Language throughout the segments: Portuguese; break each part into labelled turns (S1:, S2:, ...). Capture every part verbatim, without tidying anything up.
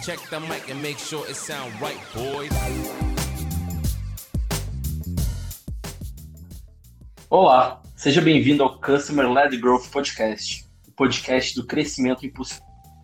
S1: Check the mic and make sure it sound right, boys.
S2: Olá, seja bem-vindo ao Customer Led Growth Podcast, o podcast do crescimento impulsivo.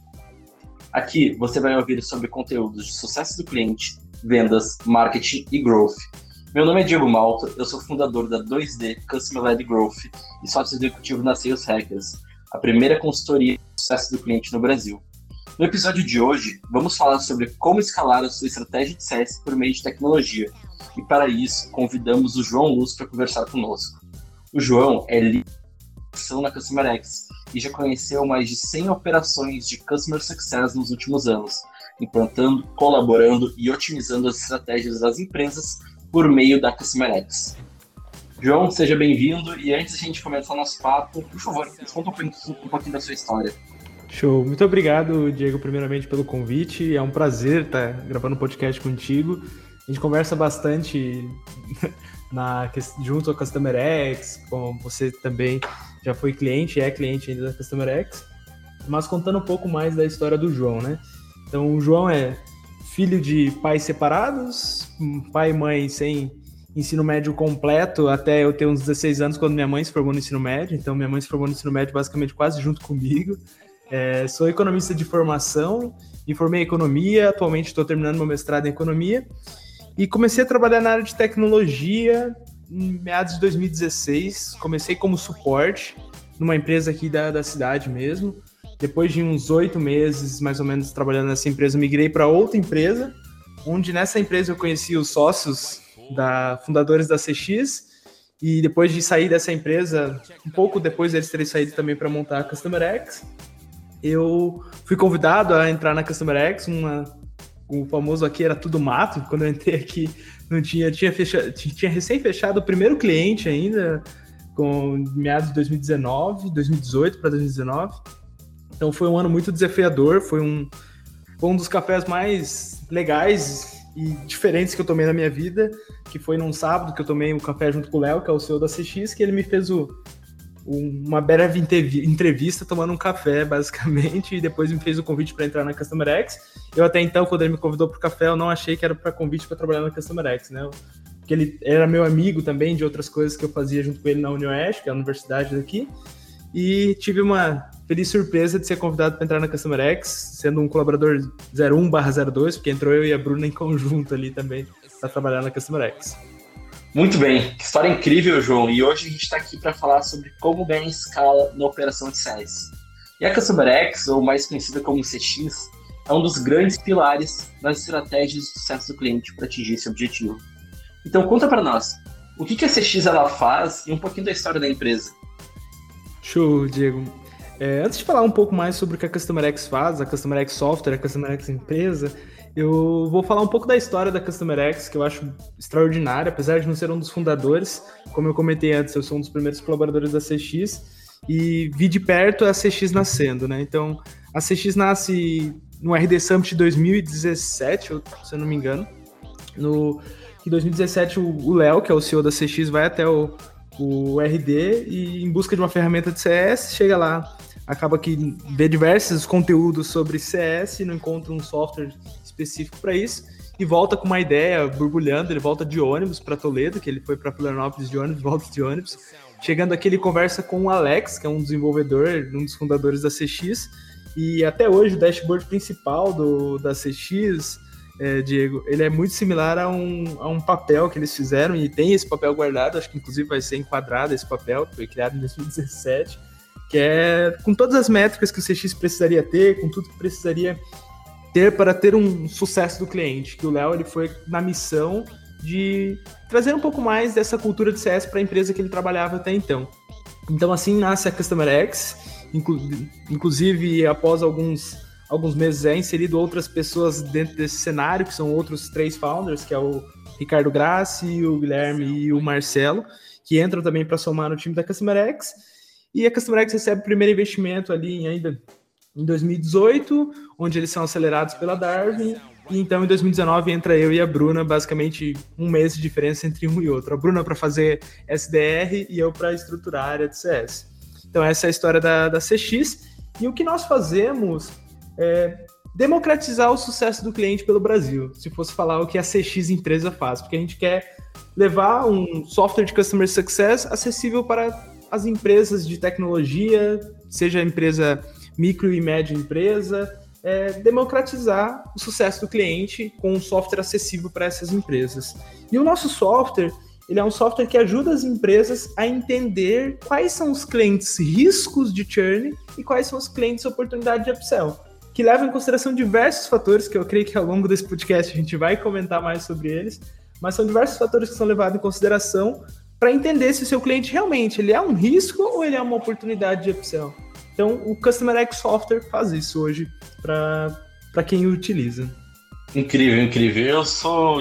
S2: Aqui você vai ouvir sobre conteúdos de sucesso do cliente, vendas, marketing e growth. Meu nome é Diego Malta, eu sou fundador da dois D Customer Led Growth e sócio executivo na Sales Hackers, a primeira consultoria de sucesso do cliente no Brasil. No episódio de hoje, vamos falar sobre como escalar a sua estratégia de C S por meio de tecnologia. E para isso, convidamos o João Luz para conversar conosco. O João é líder de ação na Customer X e já conheceu mais de cem operações de Customer Success nos últimos anos, implantando, colaborando e otimizando as estratégias das empresas por meio da Customer X. João, seja bem-vindo e antes de a gente começar o nosso papo, por favor, conta um pouquinho da sua história.
S3: Show. Muito obrigado, Diego, primeiramente pelo convite. É um prazer estar gravando um podcast contigo. A gente conversa bastante na, junto ao Customer X, como você também já foi cliente, é cliente ainda da Customer X, mas contando um pouco mais da história do João, né? Então, o João é filho de pais separados, pai e mãe sem ensino médio completo até eu ter uns dezesseis anos, quando minha mãe se formou no ensino médio. Então, minha mãe se formou no ensino médio basicamente quase junto comigo. É, sou economista de formação, me formei em economia, atualmente estou terminando meu mestrado em economia e comecei a trabalhar na área de tecnologia em meados de dois mil e dezesseis. Comecei como suporte numa empresa aqui da, da cidade mesmo. Depois de uns oito meses, mais ou menos, trabalhando nessa empresa, migrei para outra empresa, onde nessa empresa eu conheci os sócios da, fundadores da C X, e depois de sair dessa empresa, um pouco depois deles terem saído também para montar a Customer X, eu fui convidado a entrar na Customer X, uma, o famoso aqui era tudo mato. Quando eu entrei aqui, não tinha, tinha, fechado, tinha recém fechado o primeiro cliente ainda, com meados de dois mil e dezenove, dois mil e dezoito para dois mil e dezenove. Então foi um ano muito desafiador, foi um, foi um dos cafés mais legais e diferentes que eu tomei na minha vida, que foi num sábado que eu tomei um café junto com o Léo, que é o C E O da C X, que ele me fez o uma breve entrevista tomando um café, basicamente, e depois me fez o convite para entrar na Customer X. Eu até então, quando ele me convidou para o café, eu não achei que era para convite para trabalhar na Customer X, né? Porque ele era meu amigo também de outras coisas que eu fazia junto com ele na UniOeste, que é a universidade daqui, e tive uma feliz surpresa de ser convidado para entrar na Customer X, sendo um colaborador zero um barra zero dois, porque entrou eu e a Bruna em conjunto ali também para trabalhar na Customer X.
S2: Muito bem, que história incrível, João. E hoje a gente está aqui para falar sobre como ganhar escala na operação de C S. E a Customer X, ou mais conhecida como C X, é um dos grandes pilares das estratégias de sucesso do cliente para atingir esse objetivo. Então conta para nós, o que, que a C X ela faz e um pouquinho da história da empresa.
S3: Show, Diego. É, antes de falar um pouco mais sobre o que a Customer X faz, a Customer X Software, a Customer X Empresa, eu vou falar um pouco da história da Customer X, que eu acho extraordinária, apesar de não ser um dos fundadores. Como eu comentei antes, eu sou um dos primeiros colaboradores da C X e vi de perto a C X nascendo, né? Então, a C X nasce no R D Summit dois mil e dezessete, se eu não me engano. No, em dois mil e dezessete, o Léo, que é o C E O da C X, vai até o, o R D e, em busca de uma ferramenta de C S, chega lá, acaba que vê diversos conteúdos sobre C S, não encontra um software específico para isso, e volta com uma ideia borbulhando. Ele volta de ônibus para Toledo, que ele foi para Florianópolis de ônibus, volta de ônibus. Chegando aqui, ele conversa com o Alex, que é um desenvolvedor, um dos fundadores da C X, e até hoje o dashboard principal do, da C X, é, Diego, ele é muito similar a um, a um papel que eles fizeram, e tem esse papel guardado, acho que inclusive vai ser enquadrado esse papel, que foi criado em dois mil e dezessete, que é com todas as métricas que o C X precisaria ter, com tudo que precisaria ter para ter um sucesso do cliente, que o Léo ele foi na missão de trazer um pouco mais dessa cultura de C S para a empresa que ele trabalhava até então. Então assim nasce a Customer X, inclu- inclusive após alguns, alguns meses é inserido outras pessoas dentro desse cenário, que são outros três founders, que é o Ricardo Grassi, o Guilherme e o Marcelo, que entram também para somar no time da Customer X, e a Customer X recebe o primeiro investimento ali em ainda em dois mil e dezoito, onde eles são acelerados pela Darwin, e então em dois mil e dezenove entra eu e a Bruna, basicamente um mês de diferença entre um e outro. A Bruna para fazer S D R e eu para estruturar a área de C S. Então essa é a história da, da C X, e o que nós fazemos é democratizar o sucesso do cliente pelo Brasil, se fosse falar o que a C X empresa faz, porque a gente quer levar um software de Customer Success acessível para as empresas de tecnologia, seja a empresa micro e média empresa, é, democratizar o sucesso do cliente com um software acessível para essas empresas. E o nosso software, ele é um software que ajuda as empresas a entender quais são os clientes riscos de churn e quais são os clientes oportunidade de upsell, que levam em consideração diversos fatores, que eu creio que ao longo desse podcast a gente vai comentar mais sobre eles, mas são diversos fatores que são levados em consideração para entender se o seu cliente realmente ele é um risco ou ele é uma oportunidade de upsell. Então, o Customer X Software faz isso hoje para quem o utiliza.
S2: Incrível, incrível. Eu sou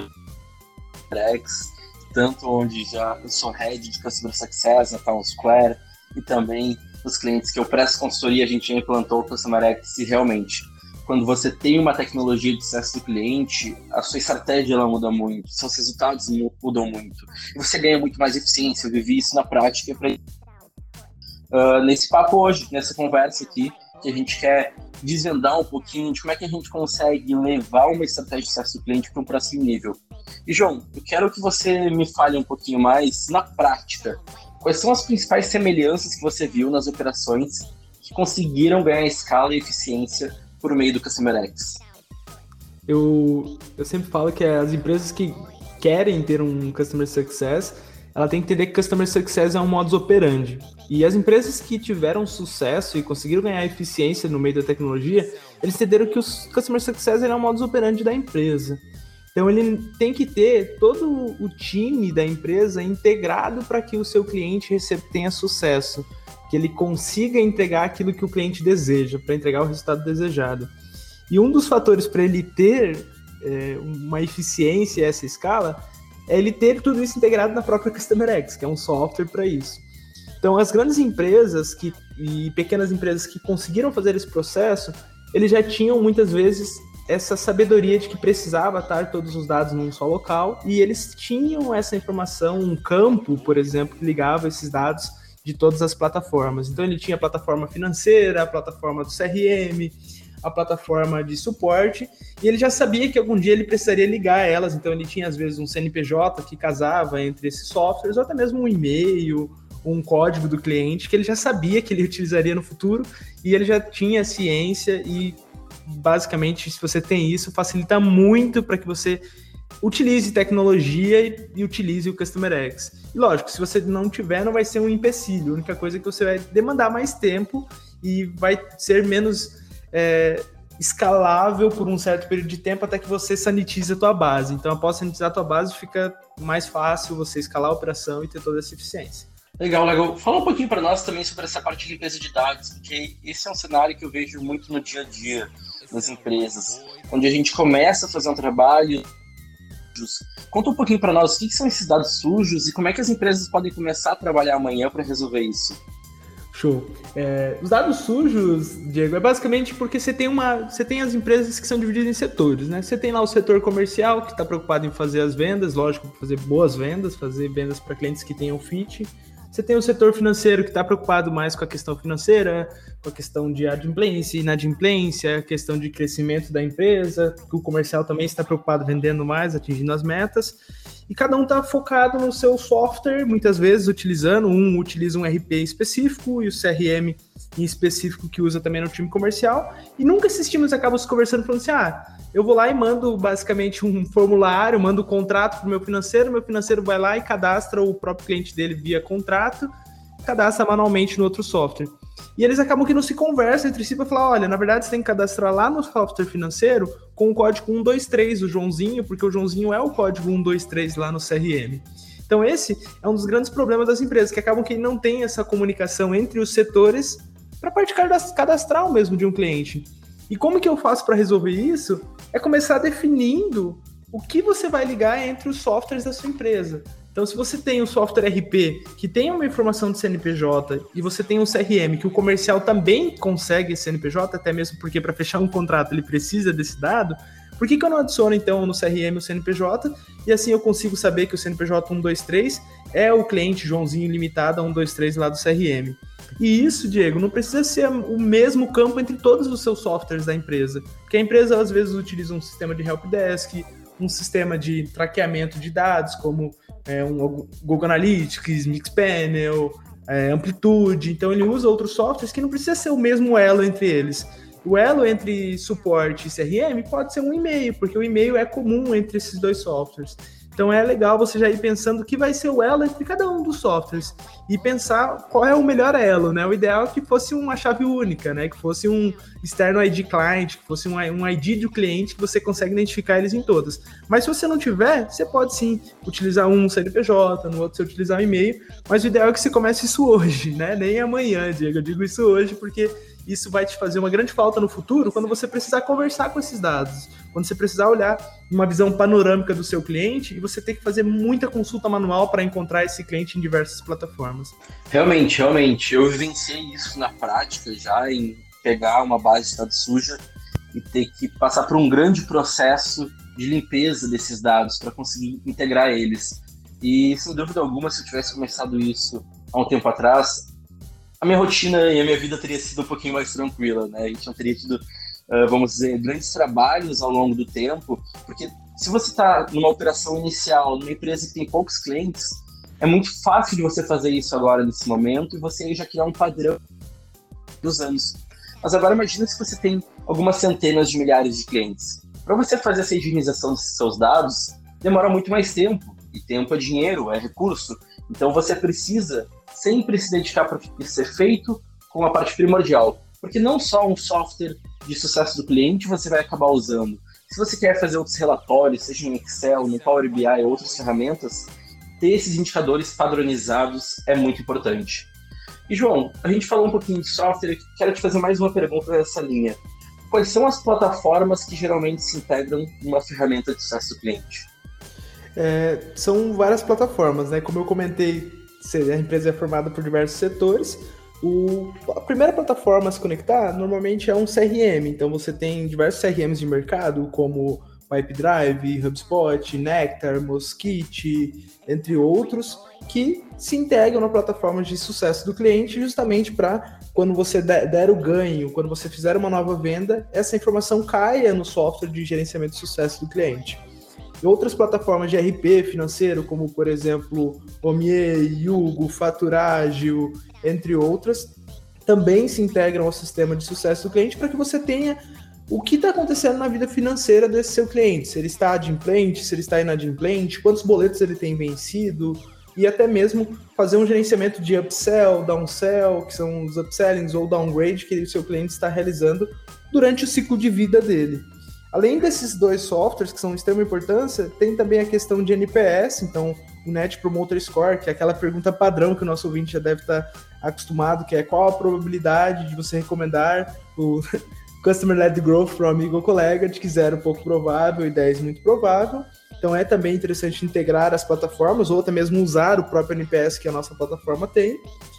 S2: X, tanto onde já eu sou head de Customer Success na Town Square e também os clientes que eu presto consultoria, a gente já implantou o Customer X e realmente, quando você tem uma tecnologia de sucesso do cliente, a sua estratégia ela muda muito, seus resultados mudam muito, e você ganha muito mais eficiência. Eu vivi isso na prática pra... uh, nesse papo hoje, nessa conversa aqui, que a gente quer desvendar um pouquinho de como é que a gente consegue levar uma estratégia de sucesso do cliente para um próximo nível. E João, eu quero que você me fale um pouquinho mais na prática. Quais são as principais semelhanças que você viu nas operações que conseguiram ganhar escala e eficiência por meio do Customer X?
S3: Eu, eu sempre falo que as empresas que querem ter um Customer Success, ela tem que entender que Customer Success é um modus operandi. E as empresas que tiveram sucesso e conseguiram ganhar eficiência no meio da tecnologia, eles entenderam que o Customer Success é um modus operandi da empresa. Então ele tem que ter todo o time da empresa integrado para que o seu cliente tenha sucesso, que ele consiga entregar aquilo que o cliente deseja, para entregar o resultado desejado. E um dos fatores para ele ter é, uma eficiência e essa escala é ele ter tudo isso integrado na própria Customer X, que é um software para isso. Então as grandes empresas que, e pequenas empresas que conseguiram fazer esse processo, eles já tinham muitas vezes essa sabedoria de que precisava estar todos os dados num só local, e eles tinham essa informação, um campo, por exemplo, que ligava esses dados de todas as plataformas. Então ele tinha a plataforma financeira, a plataforma do C R M, a plataforma de suporte, e ele já sabia que algum dia ele precisaria ligar elas, então ele tinha às vezes um C N P J que casava entre esses softwares, ou até mesmo um e-mail, um código do cliente, que ele já sabia que ele utilizaria no futuro, e ele já tinha ciência, e basicamente, se você tem isso, facilita muito para que você utilize tecnologia e, e utilize o Customer X. E lógico, se você não tiver, não vai ser um empecilho. A única coisa é que você vai demandar mais tempo e vai ser menos é, escalável por um certo período de tempo até que você sanitize a tua base. Então, após sanitizar a tua base, fica mais fácil você escalar a operação e ter toda essa eficiência.
S2: Legal, legal. Fala um pouquinho para nós também sobre essa parte de limpeza de dados, porque esse é um cenário que eu vejo muito no dia a dia das empresas, onde a gente começa a fazer um trabalho. Conta um pouquinho para nós o que são esses dados sujos e como é que as empresas podem começar a trabalhar amanhã para resolver isso.
S3: Show. É, os dados sujos, Diego, é basicamente porque você tem, uma, você tem as empresas que são divididas em setores, né? Você tem lá o setor comercial, que está preocupado em fazer as vendas, lógico, fazer boas vendas, fazer vendas para clientes que tenham fit. Você tem o setor financeiro, que está preocupado mais com a questão financeira, com a questão de adimplência, inadimplência, a questão de crescimento da empresa, que o comercial também está preocupado vendendo mais, atingindo as metas. E cada um está focado no seu software, muitas vezes utilizando, um utiliza um R P específico e o C R M em específico que usa também no time comercial. E nunca esses times acabam se conversando falando assim, ah, eu vou lá e mando basicamente um formulário, mando um contrato para o meu financeiro, meu financeiro vai lá e cadastra o próprio cliente dele via contrato, cadastra manualmente no outro software. E eles acabam que não se conversam entre si para falar, olha, na verdade você tem que cadastrar lá no software financeiro com o código um dois três, o Joãozinho, porque o Joãozinho é o código um dois três lá no C R M. Então esse é um dos grandes problemas das empresas, que acabam que não tem essa comunicação entre os setores para a parte cadastral mesmo de um cliente. E como que eu faço para resolver isso? É começar definindo o que você vai ligar entre os softwares da sua empresa. Então, se você tem um software R P que tem uma informação de C N P J e você tem um C R M que o comercial também consegue esse C N P J, até mesmo porque para fechar um contrato ele precisa desse dado, por que que eu não adiciono então no C R M o C N P J e assim eu consigo saber que o C N P J um dois três é o cliente Joãozinho limitado a um dois três lá do C R M? E isso, Diego, não precisa ser o mesmo campo entre todos os seus softwares da empresa. Porque a empresa, às vezes, utiliza um sistema de helpdesk, um sistema de traqueamento de dados, como é, um Google Analytics, Mixpanel, é, Amplitude. Então, ele usa outros softwares que não precisa ser o mesmo elo entre eles. O elo entre suporte e C R M pode ser um e-mail, porque o e-mail é comum entre esses dois softwares. Então é legal você já ir pensando o que vai ser o elo entre cada um dos softwares e pensar qual é o melhor elo, né? O ideal é que fosse uma chave única, né? Que fosse um externo I D client, que fosse um, um I D do cliente que você consegue identificar eles em todas. Mas se você não tiver, você pode sim utilizar um C N P J, no outro você utilizar um e-mail, mas o ideal é que você comece isso hoje, né? Nem amanhã, Diego. Eu digo isso hoje porque isso vai te fazer uma grande falta no futuro quando você precisar conversar com esses dados, quando você precisar olhar uma visão panorâmica do seu cliente e você ter que fazer muita consulta manual para encontrar esse cliente em diversas plataformas.
S2: Realmente, realmente. Eu vivenciei isso na prática já, em pegar uma base de dados suja e ter que passar por um grande processo de limpeza desses dados para conseguir integrar eles. E, sem dúvida alguma, se eu tivesse começado isso há um tempo atrás, a minha rotina e a minha vida teria sido um pouquinho mais tranquila, né? A gente não teria tido, uh, vamos dizer, grandes trabalhos ao longo do tempo, porque se você está numa operação inicial, numa empresa que tem poucos clientes, é muito fácil de você fazer isso agora, nesse momento, e você já criar um padrão dos anos. Mas agora imagina se você tem algumas centenas de milhares de clientes. Para você fazer essa higienização dos seus dados, demora muito mais tempo, e tempo é dinheiro, é recurso. Então você precisa sempre se dedicar para ser feito com a parte primordial. Porque não só um software de sucesso do cliente você vai acabar usando. Se você quer fazer outros relatórios, seja no Excel, no Power B I ou outras ferramentas, ter esses indicadores padronizados é muito importante. E, João, a gente falou um pouquinho de software, quero te fazer mais uma pergunta nessa linha. Quais são as plataformas que geralmente se integram numa ferramenta de sucesso do cliente?
S3: É, são várias plataformas, né? Como eu comentei, a empresa é formada por diversos setores. O, a primeira plataforma a se conectar normalmente é um C R M. Então você tem diversos C R Ms de mercado, como Pipedrive, HubSpot, Nectar, Mosquite, entre outros, que se integram na plataforma de sucesso do cliente justamente para, quando você der o ganho, quando você fizer uma nova venda, essa informação caia no software de gerenciamento de sucesso do cliente. E outras plataformas de R P financeiro, como, por exemplo, Omie, Yugo, Faturágio, entre outras, também se integram ao sistema de sucesso do cliente para que você tenha o que está acontecendo na vida financeira desse seu cliente, se ele está adimplente, se ele está inadimplente, quantos boletos ele tem vencido, e até mesmo fazer um gerenciamento de upsell, downsell, que são os upsellings ou downgrade que o seu cliente está realizando durante o ciclo de vida dele. Além desses dois softwares, que são de extrema importância, tem também a questão de N P S, então o Net Promoter Score, que é aquela pergunta padrão que o nosso ouvinte já deve estar acostumado, que é qual a probabilidade de você recomendar o Customer-Led Growth para um amigo ou colega, de que zero pouco provável e dez muito provável. Então é também interessante integrar as plataformas, ou até mesmo usar o próprio N P S que a nossa plataforma tem.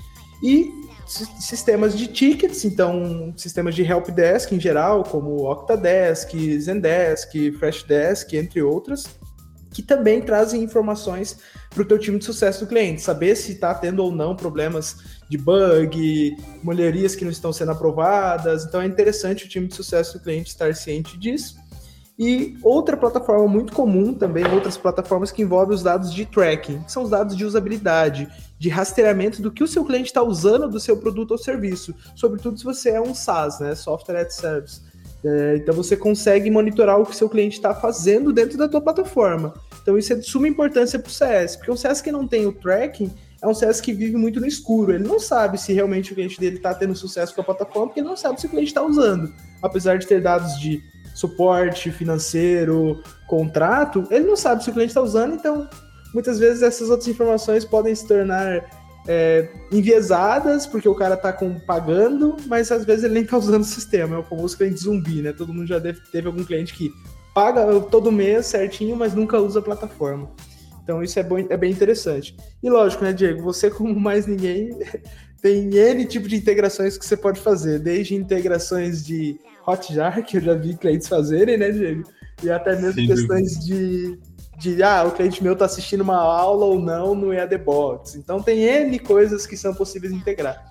S3: E sistemas de tickets, então sistemas de helpdesk em geral, como Octadesk, Zendesk, Freshdesk, entre outras, que também trazem informações para o teu time de sucesso do cliente, saber se está tendo ou não problemas de bug, melhorias que não estão sendo aprovadas. Então é interessante o time de sucesso do cliente estar ciente disso. E outra plataforma muito comum também, outras plataformas que envolvem os dados de tracking, que são os dados de usabilidade, de rastreamento do que o seu cliente está usando do seu produto ou serviço, sobretudo se você é um SaaS, né, Software as a Service. É, então você consegue monitorar o que o seu cliente está fazendo dentro da tua plataforma. Então isso é de suma importância para o C S, porque um C S que não tem o tracking é um C S que vive muito no escuro. Ele não sabe se realmente o cliente dele está tendo sucesso com a plataforma, porque ele não sabe se o cliente está usando. Apesar de ter dados de suporte financeiro, contrato, ele não sabe se o cliente está usando, então muitas vezes essas outras informações podem se tornar é, enviesadas, porque o cara está pagando, mas às vezes ele nem está usando o sistema. É o famoso cliente zumbi, né? Todo mundo já deve, teve algum cliente que paga todo mês certinho, mas nunca usa a plataforma. Então isso é, bom, é bem interessante. E lógico, né, Diego? Você, como mais ninguém, tem N tipo de integrações que você pode fazer, desde integrações de Hotjar, que eu já vi clientes fazerem, né, Diego? E até mesmo Sim, questões de, de, ah, o cliente meu está assistindo uma aula ou não no E A D Box. Então tem N coisas que são possíveis de integrar.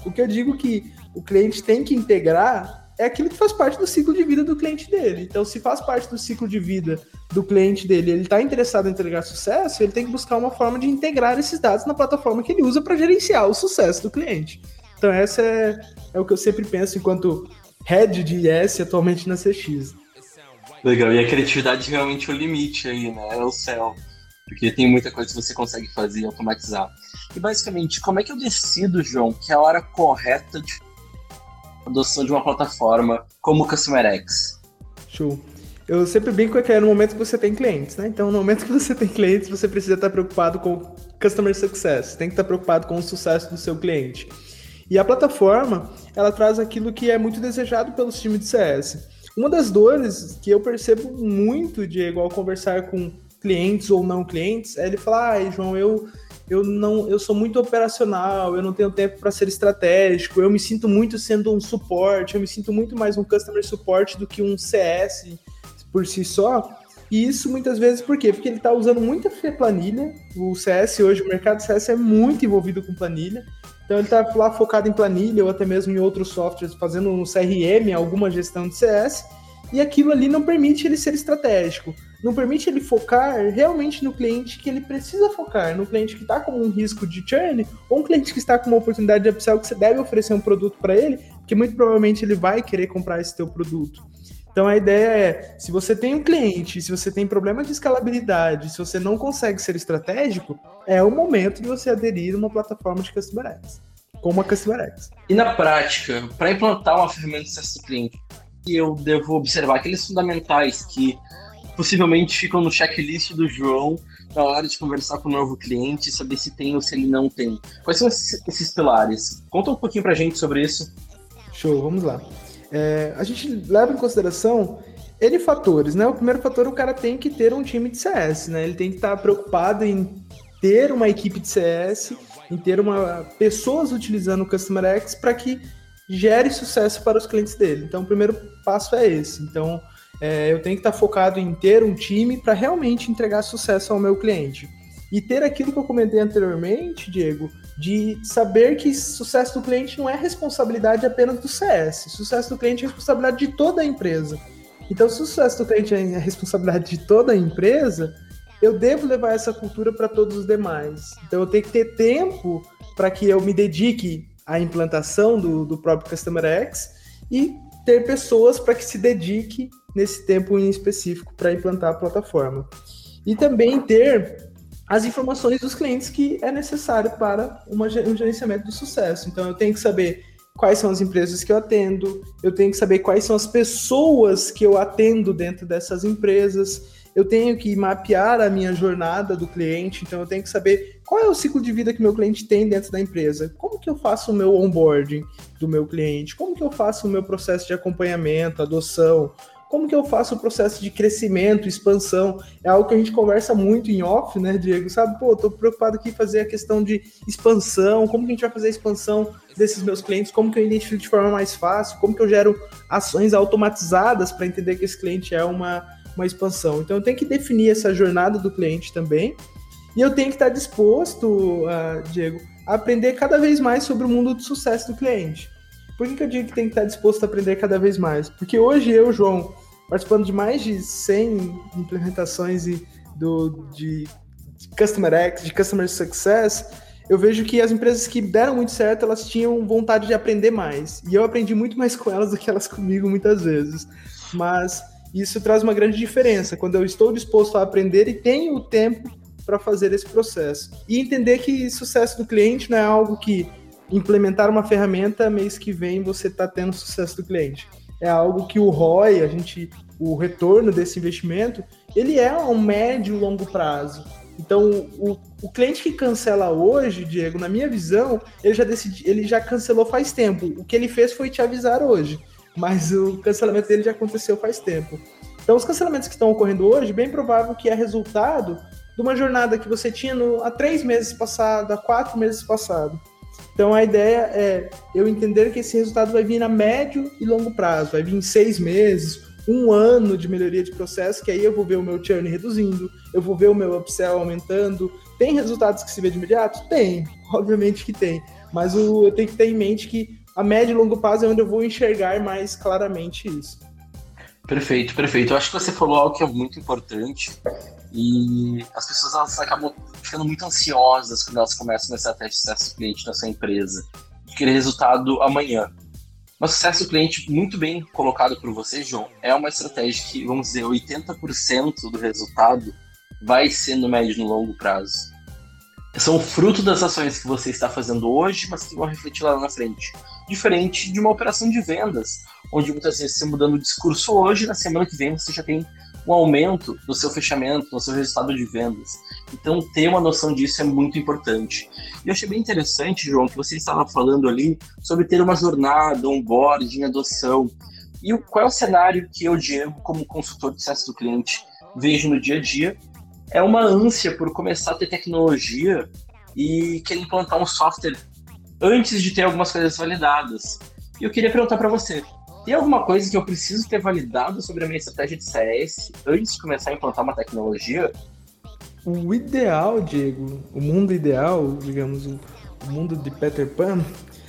S3: O que eu digo que o cliente tem que integrar é aquilo que faz parte do ciclo de vida do cliente dele. Então, se faz parte do ciclo de vida do cliente dele, ele está interessado em entregar sucesso, ele tem que buscar uma forma de integrar esses dados na plataforma que ele usa para gerenciar o sucesso do cliente. Então, essa é, é o que eu sempre penso enquanto head de I S atualmente na C X.
S2: Legal, e a criatividade realmente é o limite aí, né? É o céu. Porque tem muita coisa que você consegue fazer e automatizar. E basicamente, como é que eu decido, João, que é a hora correta de adoção de uma plataforma como o CustomerX?
S3: Show. Eu sempre brinco que é no momento que você tem clientes, né? Então, no momento que você tem clientes, você precisa estar preocupado com Customer Success. Você tem que estar preocupado com o sucesso do seu cliente. E a plataforma, ela traz aquilo que é muito desejado pelos times de C S. Uma das dores que eu percebo muito, Diego, ao conversar com clientes ou não clientes, é ele falar, ai, João, eu... Eu, não, eu sou muito operacional, eu não tenho tempo para ser estratégico, eu me sinto muito sendo um suporte, eu me sinto muito mais um customer support do que um C S por si só. E isso muitas vezes por quê? Porque ele está usando muita planilha. O C S hoje, o mercado C S é muito envolvido com planilha. Então ele está lá focado em planilha ou até mesmo em outros softwares, fazendo um C R M, alguma gestão de C S. E aquilo ali não permite ele ser estratégico. Não permite ele focar realmente no cliente que ele precisa focar, no cliente que está com um risco de churn, ou um cliente que está com uma oportunidade de upsell que você deve oferecer um produto para ele, que muito provavelmente ele vai querer comprar esse teu produto. Então a ideia é, se você tem um cliente, se você tem problema de escalabilidade, se você não consegue ser estratégico, é o momento de você aderir a uma plataforma de CustomerX, como a CustomerX.
S2: E na prática, para implantar uma ferramenta de sucesso do cliente, eu devo observar aqueles fundamentais que possivelmente ficam no checklist do João na hora de conversar com o novo cliente, saber se tem ou se ele não tem. Quais são esses, esses pilares? Conta um pouquinho pra gente sobre isso.
S3: Show, vamos lá. É, a gente leva em consideração N fatores, né? O primeiro fator, o cara tem que ter um time de C S, né? Ele tem que estar preocupado em ter uma equipe de C S, em ter uma, pessoas utilizando o CustomerX para que gere sucesso para os clientes dele. Então, o primeiro passo é esse. Então, É, eu tenho que estar focado em ter um time para realmente entregar sucesso ao meu cliente. E ter aquilo que eu comentei anteriormente, Diego, de saber que sucesso do cliente não é responsabilidade apenas do C S. Sucesso do cliente é responsabilidade de toda a empresa. Então, se o sucesso do cliente é responsabilidade de toda a empresa, eu devo levar essa cultura para todos os demais. Então, eu tenho que ter tempo para que eu me dedique à implantação do, do próprio CustomerX e ter pessoas para que se dedique nesse tempo em específico para implantar a plataforma. E também ter as informações dos clientes que é necessário para uma, um gerenciamento do sucesso. Então, eu tenho que saber quais são as empresas que eu atendo, eu tenho que saber quais são as pessoas que eu atendo dentro dessas empresas, eu tenho que mapear a minha jornada do cliente, então eu tenho que saber qual é o ciclo de vida que meu cliente tem dentro da empresa, como que eu faço o meu onboarding do meu cliente, como que eu faço o meu processo de acompanhamento, adoção, como que eu faço o processo de crescimento, expansão, é algo que a gente conversa muito em off, né, Diego? Sabe, pô, tô preocupado aqui em fazer a questão de expansão, como que a gente vai fazer a expansão desses meus clientes, como que eu identifico de forma mais fácil, como que eu gero ações automatizadas para entender que esse cliente é uma, uma expansão. Então, eu tenho que definir essa jornada do cliente também, e eu tenho que estar disposto, uh, Diego, a aprender cada vez mais sobre o mundo do sucesso do cliente. Por que que eu digo que tem que estar disposto a aprender cada vez mais? Porque hoje eu, João, participando de mais de cem implementações e do, de, de CustomerX, de Customer Success, eu vejo que as empresas que deram muito certo, elas tinham vontade de aprender mais. E eu aprendi muito mais com elas do que elas comigo muitas vezes. Mas isso traz uma grande diferença, quando eu estou disposto a aprender e tenho o tempo para fazer esse processo. E entender que sucesso do cliente não é algo que implementar uma ferramenta, mês que vem você está tendo sucesso do cliente. É algo que o R O I, a gente, o retorno desse investimento, ele é a um médio e longo prazo. Então, o, o cliente que cancela hoje, Diego, na minha visão, ele já, decidi, ele já cancelou faz tempo. O que ele fez foi te avisar hoje, mas o cancelamento dele já aconteceu faz tempo. Então, os cancelamentos que estão ocorrendo hoje, bem provável que é resultado de uma jornada que você tinha no, há três meses passado, há quatro meses passado. Então, a ideia é eu entender que esse resultado vai vir a médio e longo prazo, vai vir em seis meses, um ano de melhoria de processo, que aí eu vou ver o meu churn reduzindo, eu vou ver o meu upsell aumentando. Tem resultados que se vê de imediato? Tem, obviamente que tem. mas o, eu tenho que ter em mente que a médio e longo prazo é onde eu vou enxergar mais claramente isso.
S2: Perfeito, perfeito. Eu acho que você falou algo que é muito importante e as pessoas elas acabam ficando muito ansiosas quando elas começam nessa estratégia de sucesso do cliente na sua empresa, de querer resultado amanhã. Mas o sucesso do cliente, muito bem colocado por você, João, é uma estratégia que, vamos dizer, oitenta por cento do resultado vai ser no médio e no longo prazo. São fruto das ações que você está fazendo hoje, mas que vão refletir lá na frente. Diferente de uma operação de vendas, onde muitas vezes você mudando o discurso hoje, na semana que vem você já tem um aumento no seu fechamento, no seu resultado de vendas. Então, ter uma noção disso é muito importante. E eu achei bem interessante, João, que você estava falando ali sobre ter uma jornada, um onboarding, adoção. E o, qual é o cenário que eu, Diego, como consultor de sucesso do cliente, vejo no dia a dia? É uma ânsia por começar a ter tecnologia e querer implantar um software antes de ter algumas coisas validadas. E eu queria perguntar para você, tem alguma coisa que eu preciso ter validado sobre a minha estratégia de C S antes de começar a implantar uma tecnologia?
S3: O ideal, Diego, o mundo ideal, digamos, o mundo de Peter Pan,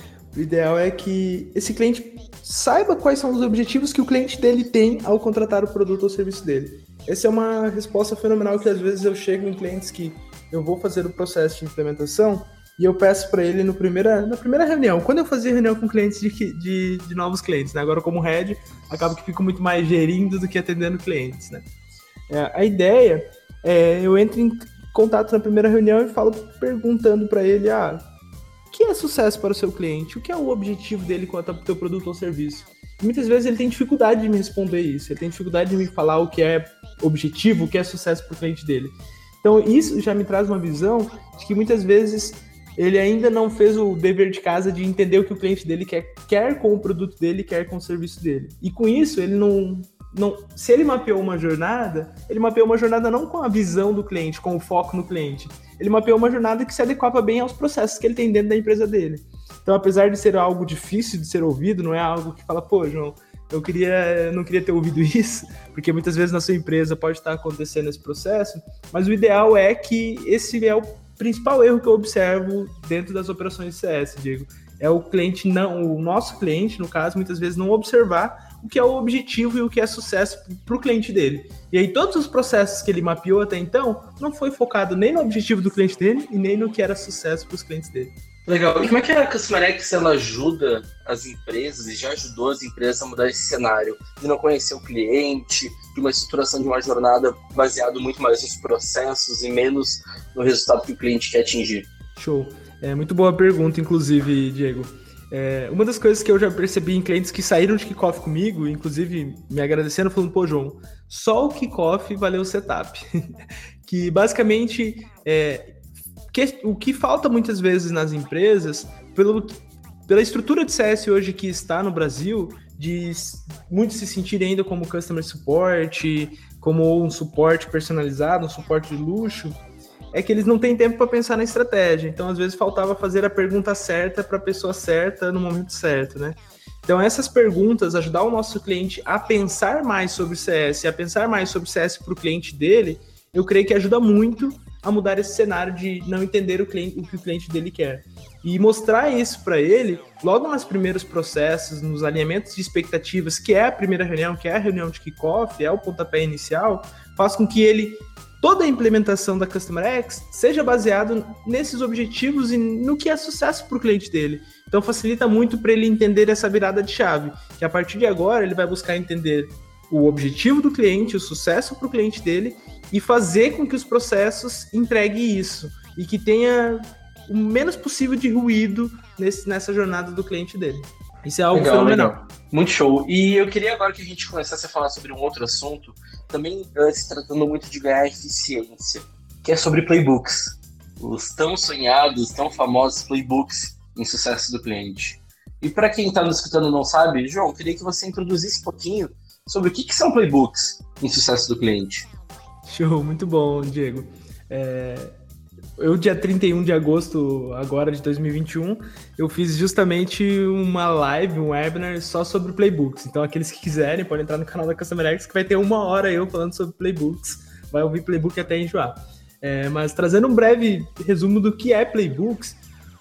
S3: o ideal é que esse cliente saiba quais são os objetivos que o cliente dele tem ao contratar o produto ou serviço dele. Essa é uma resposta fenomenal que às vezes eu chego em clientes que eu vou fazer o processo de implementação e eu peço para ele no primeira, na primeira reunião. Quando eu fazia reunião com clientes de, de, de novos clientes, né? Agora como head, acaba que fico muito mais gerindo do que atendendo clientes, né? É, a ideia é eu entro em contato na primeira reunião e falo perguntando para ele, ah, o que é sucesso para o seu cliente? O que é o objetivo dele quanto ao teu produto ou serviço? E muitas vezes ele tem dificuldade de me responder isso, ele tem dificuldade de me falar o que é objetivo, o que é sucesso para o cliente dele. Então isso já me traz uma visão de que muitas vezes ele ainda não fez o dever de casa de entender o que o cliente dele quer, quer com o produto dele, quer com o serviço dele. E com isso, ele não, não... Se ele mapeou uma jornada, ele mapeou uma jornada não com a visão do cliente, com o foco no cliente. Ele mapeou uma jornada que se adequava bem aos processos que ele tem dentro da empresa dele. Então, apesar de ser algo difícil de ser ouvido, não é algo que fala, pô, João, eu queria, não queria ter ouvido isso, porque muitas vezes na sua empresa pode estar acontecendo esse processo, mas o ideal é que esse é o principal erro que eu observo dentro das operações de C S, Diego, é o cliente não, o nosso cliente, no caso, muitas vezes não observar o que é o objetivo e o que é sucesso para o cliente dele. E aí todos os processos que ele mapeou até então não foi focado nem no objetivo do cliente dele e nem no que era sucesso para os clientes dele.
S2: Legal. E como é que a Customer X ela ajuda as empresas e já ajudou as empresas a mudar esse cenário de não conhecer o cliente, de uma estruturação de uma jornada baseado muito mais nos processos e menos no resultado que o cliente quer atingir?
S3: Show. É muito boa pergunta, inclusive, Diego. É, uma das coisas que eu já percebi em clientes que saíram de kickoff comigo, inclusive me agradecendo, falando, pô, João, só o kickoff valeu o setup. Que basicamente é, que, o que falta muitas vezes nas empresas, pelo, pela estrutura de C S hoje que está no Brasil, de muitos se sentirem ainda como customer support, como um suporte personalizado, um suporte de luxo, é que eles não têm tempo para pensar na estratégia. Então, às vezes, faltava fazer a pergunta certa para a pessoa certa no momento certo, né? Então, essas perguntas, ajudar o nosso cliente a pensar mais sobre C S, a pensar mais sobre C S para o cliente dele, eu creio que ajuda muito a mudar esse cenário de não entender o, cliente, o que o cliente dele quer. E mostrar isso para ele, logo nos primeiros processos, nos alinhamentos de expectativas, que é a primeira reunião, que é a reunião de kickoff, é o pontapé inicial, faz com que ele... toda a implementação da Customer X seja baseado nesses objetivos e no que é sucesso para o cliente dele. Então facilita muito para ele entender essa virada de chave, que a partir de agora ele vai buscar entender o objetivo do cliente, o sucesso para o cliente dele e fazer com que os processos entreguem isso e que tenha o menos possível de ruído nesse, nessa jornada do cliente dele. Isso é algo legal, fenomenal. Legal.
S2: Muito show. E eu queria agora que a gente começasse a falar sobre um outro assunto, também uh, se tratando muito de ganhar eficiência, que é sobre playbooks. Os tão sonhados, tão famosos playbooks em sucesso do cliente. E para quem está nos escutando e não sabe, João, queria que você introduzisse um pouquinho sobre o que, que são playbooks em sucesso do cliente.
S3: Show, muito bom, Diego. É... Eu, dia trinta e um de agosto, agora de dois mil e vinte e um, eu fiz justamente uma live, um webinar só sobre playbooks. Então, aqueles que quiserem podem entrar no canal da Customer X, que vai ter uma hora eu falando sobre playbooks. Vai ouvir playbook até enjoar. É, mas trazendo um breve resumo do que é playbooks,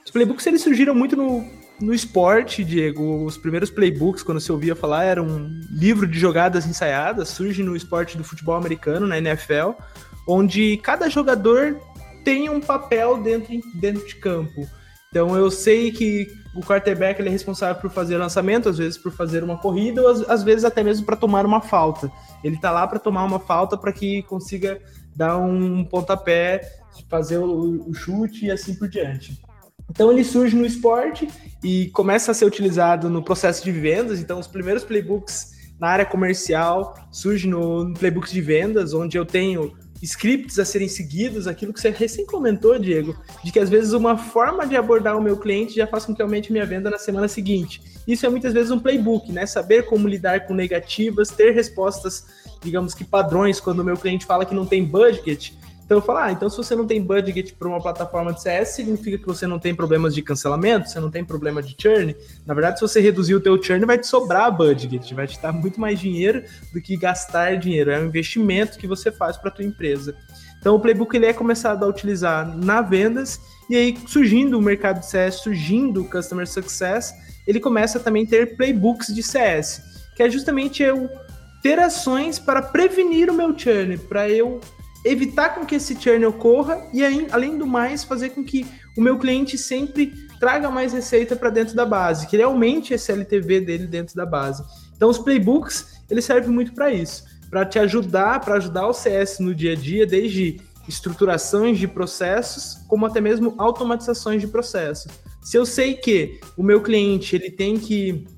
S3: Os playbooks eles surgiram muito no, no esporte, Diego. Os primeiros playbooks, quando você ouvia falar, era um livro de jogadas ensaiadas, surge no esporte do futebol americano, na N F L, onde cada jogador tem um papel dentro, dentro de campo. Então eu sei que o quarterback ele é responsável por fazer lançamento, às vezes por fazer uma corrida, ou às, às vezes até mesmo para tomar uma falta. Ele está lá para tomar uma falta para que consiga dar um pontapé, fazer o, o chute e assim por diante. Então ele surge no esporte e começa a ser utilizado no processo de vendas. Então os primeiros playbooks na área comercial surgem no, no playbooks de vendas, onde eu tenho scripts a serem seguidos, aquilo que você recém comentou, Diego, de que às vezes uma forma de abordar o meu cliente já faz com que aumente minha venda na semana seguinte. Isso é muitas vezes um playbook, né? Saber como lidar com negativas, ter respostas, digamos que padrões, quando o meu cliente fala que não tem budget. Então eu falo, ah, então se você não tem budget para uma plataforma de C S, significa que você não tem problemas de cancelamento, você não tem problema de churn. Na verdade, se você reduzir o teu churn, vai te sobrar budget, vai te dar muito mais dinheiro do que gastar dinheiro. É um investimento que você faz para a tua empresa. Então o playbook ele é começado a utilizar na vendas, e aí surgindo o mercado de C S, surgindo o Customer Success, ele começa também a ter playbooks de C S, que é justamente eu ter ações para prevenir o meu churn, para eu evitar com que esse churn ocorra e, aí, além do mais, fazer com que o meu cliente sempre traga mais receita para dentro da base, que ele aumente esse L T V dele dentro da base. Então, os playbooks, eles servem muito para isso, para te ajudar, para ajudar o C S no dia a dia, desde estruturações de processos, como até mesmo automatizações de processos. Se eu sei que o meu cliente, ele tem que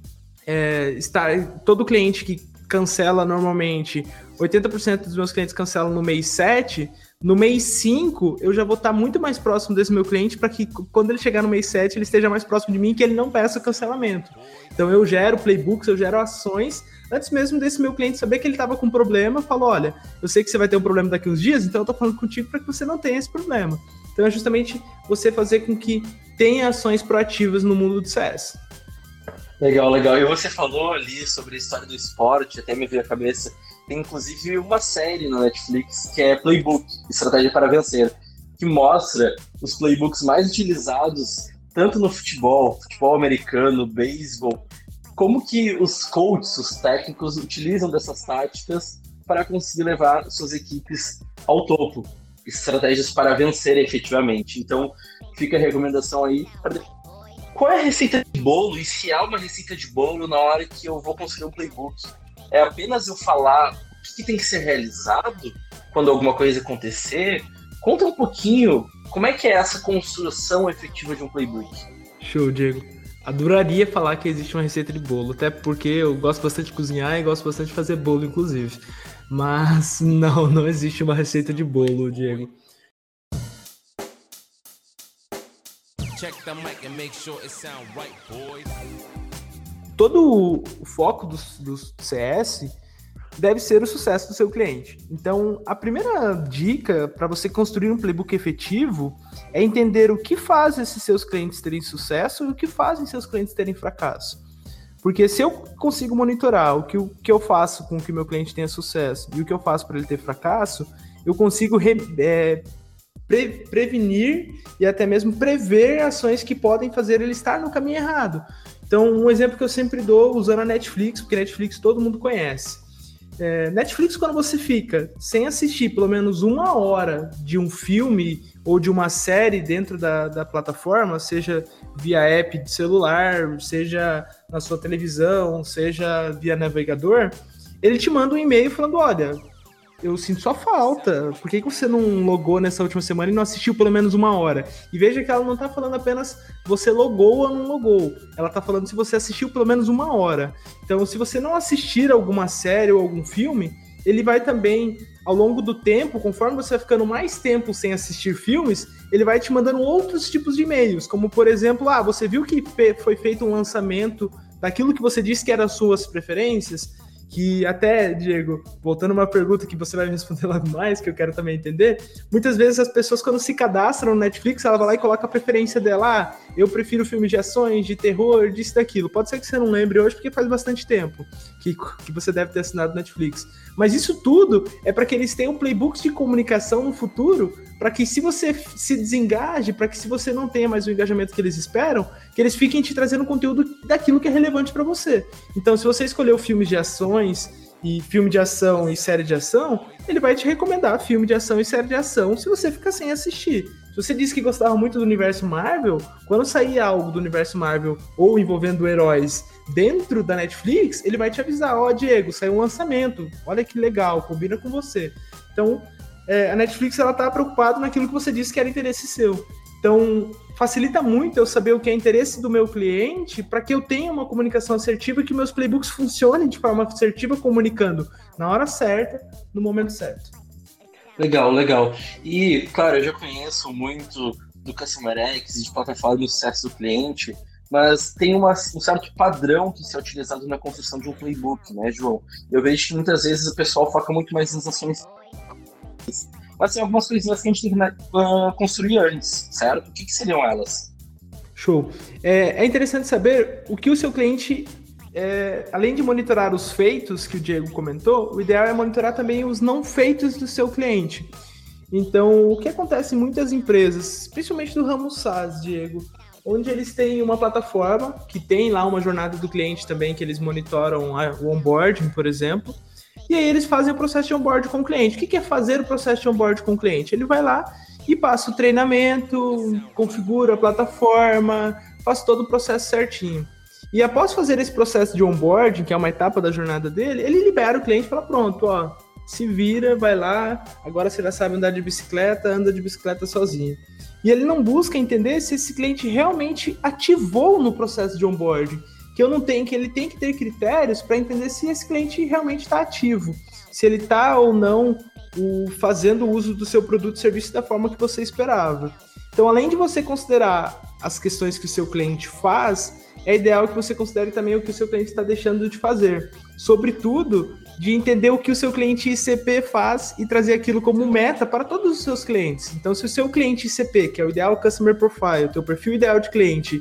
S3: é, estar, todo cliente que cancela normalmente, oitenta por cento dos meus clientes cancelam no mês sete, no mês cinco eu já vou estar muito mais próximo desse meu cliente para que quando ele chegar no mês sete ele esteja mais próximo de mim, que ele não peça cancelamento. Então eu gero playbooks, eu gero ações, antes mesmo desse meu cliente saber que ele estava com problema, eu falo, olha, eu sei que você vai ter um problema daqui uns dias, então eu estou falando contigo para que você não tenha esse problema. Então é justamente você fazer com que tenha ações proativas no mundo do C S.
S2: Legal, legal. E você falou ali sobre a história do esporte, até me veio à cabeça. Tem inclusive uma série na Netflix que é Playbook, Estratégia para Vencer, que mostra os playbooks mais utilizados tanto no futebol, futebol americano, beisebol, como que os coaches, os técnicos utilizam dessas táticas para conseguir levar suas equipes ao topo. Estratégias para vencer efetivamente. Então, fica a recomendação aí. Qual é a receita de bolo? E se há uma receita de bolo na hora que eu vou construir um playbook? É apenas eu falar o que tem que ser realizado quando alguma coisa acontecer? Conta um pouquinho como é que é essa construção efetiva de um playbook.
S3: Show, Diego. Adoraria falar que existe uma receita de bolo, até porque eu gosto bastante de cozinhar e gosto bastante de fazer bolo, inclusive. Mas não, não existe uma receita de bolo, Diego.
S1: Check the mic and make sure it sound right, boys.
S3: Todo o foco do, do C S deve ser o sucesso do seu cliente. Então, a primeira dica para você construir um playbook efetivo é entender o que faz esses seus clientes terem sucesso e o que fazem seus clientes terem fracasso. Porque se eu consigo monitorar o que, o que eu faço com que o meu cliente tenha sucesso e o que eu faço para ele ter fracasso, eu consigo re, é, pre, prevenir e até mesmo prever ações que podem fazer ele estar no caminho errado. Então, um exemplo que eu sempre dou usando a Netflix, porque Netflix todo mundo conhece. É, Netflix, quando você fica sem assistir pelo menos uma hora de um filme ou de uma série dentro da, da plataforma, seja via app de celular, seja na sua televisão, seja via navegador, ele te manda um e-mail falando, olha, eu sinto sua falta, por que, que você não logou nessa última semana e não assistiu pelo menos uma hora? E veja que ela não está falando apenas você logou ou não logou, ela está falando se você assistiu pelo menos uma hora. Então, se você não assistir alguma série ou algum filme, ele vai também, ao longo do tempo, conforme você vai ficando mais tempo sem assistir filmes, ele vai te mandando outros tipos de e-mails, como, por exemplo, ah, você viu que foi feito um lançamento daquilo que você disse que eram as suas preferências? Que até, Diego, voltando a uma pergunta que você vai me responder logo mais, que eu quero também entender, muitas vezes as pessoas quando se cadastram no Netflix, ela vai lá e coloca a preferência dela, ah, eu prefiro filmes de ações, de terror, disso, daquilo. Pode ser que você não lembre hoje, porque faz bastante tempo que, que você deve ter assinado Netflix. Mas isso tudo é para que eles tenham playbooks de comunicação no futuro, para que se você se desengaje, para que se você não tenha mais o engajamento que eles esperam, que eles fiquem te trazendo conteúdo daquilo que é relevante para você. Então, se você escolheu filmes de ações, e filme de ação e série de ação, ele vai te recomendar filme de ação e série de ação se você ficar sem assistir. Se você disse que gostava muito do universo Marvel, quando sair algo do universo Marvel ou envolvendo heróis dentro da Netflix, ele vai te avisar, ó, oh, Diego, saiu um lançamento, olha que legal, combina com você. Então, é, a Netflix, ela tá preocupada naquilo que você disse que era interesse seu. Então, facilita muito eu saber o que é interesse do meu cliente para que eu tenha uma comunicação assertiva e que meus playbooks funcionem de forma assertiva, comunicando na hora certa, no momento certo.
S2: Legal, legal. E, claro, eu já conheço muito do Customer X, de plataforma de sucesso do cliente, mas tem uma, um certo padrão que se é utilizado na construção de um playbook, né, João? Eu vejo que muitas vezes o pessoal foca muito mais nas ações, mas tem algumas coisinhas que a gente tem que uh, construir antes, certo? O que, que seriam elas?
S3: Show. É, é interessante saber o que o seu cliente, é, além de monitorar os feitos que o Diego comentou, o ideal é monitorar também os não feitos do seu cliente. Então, o que acontece em muitas empresas, principalmente do ramo SaaS, Diego, onde eles têm uma plataforma que tem lá uma jornada do cliente também, que eles monitoram o onboarding, por exemplo, e aí eles fazem o processo de onboard com o cliente. O que é fazer o processo de onboard com o cliente? Ele vai lá e passa o treinamento, configura a plataforma, faz todo o processo certinho. E após fazer esse processo de onboarding, que é uma etapa da jornada dele, ele libera o cliente e fala, pronto, ó, se vira, vai lá, agora você já sabe andar de bicicleta, anda de bicicleta sozinho. E ele não busca entender se esse cliente realmente ativou no processo de onboarding, que eu não tenho, que ele tem que ter critérios para entender se esse cliente realmente está ativo, se ele está ou não o, fazendo uso do seu produto e serviço da forma que você esperava. Então, além de você considerar as questões que o seu cliente faz, é ideal que você considere também o que o seu cliente está deixando de fazer. Sobretudo, de entender o que o seu cliente I C P faz e trazer aquilo como meta para todos os seus clientes. Então, se o seu cliente I C P, que é o Ideal Customer Profile, o teu perfil ideal de cliente,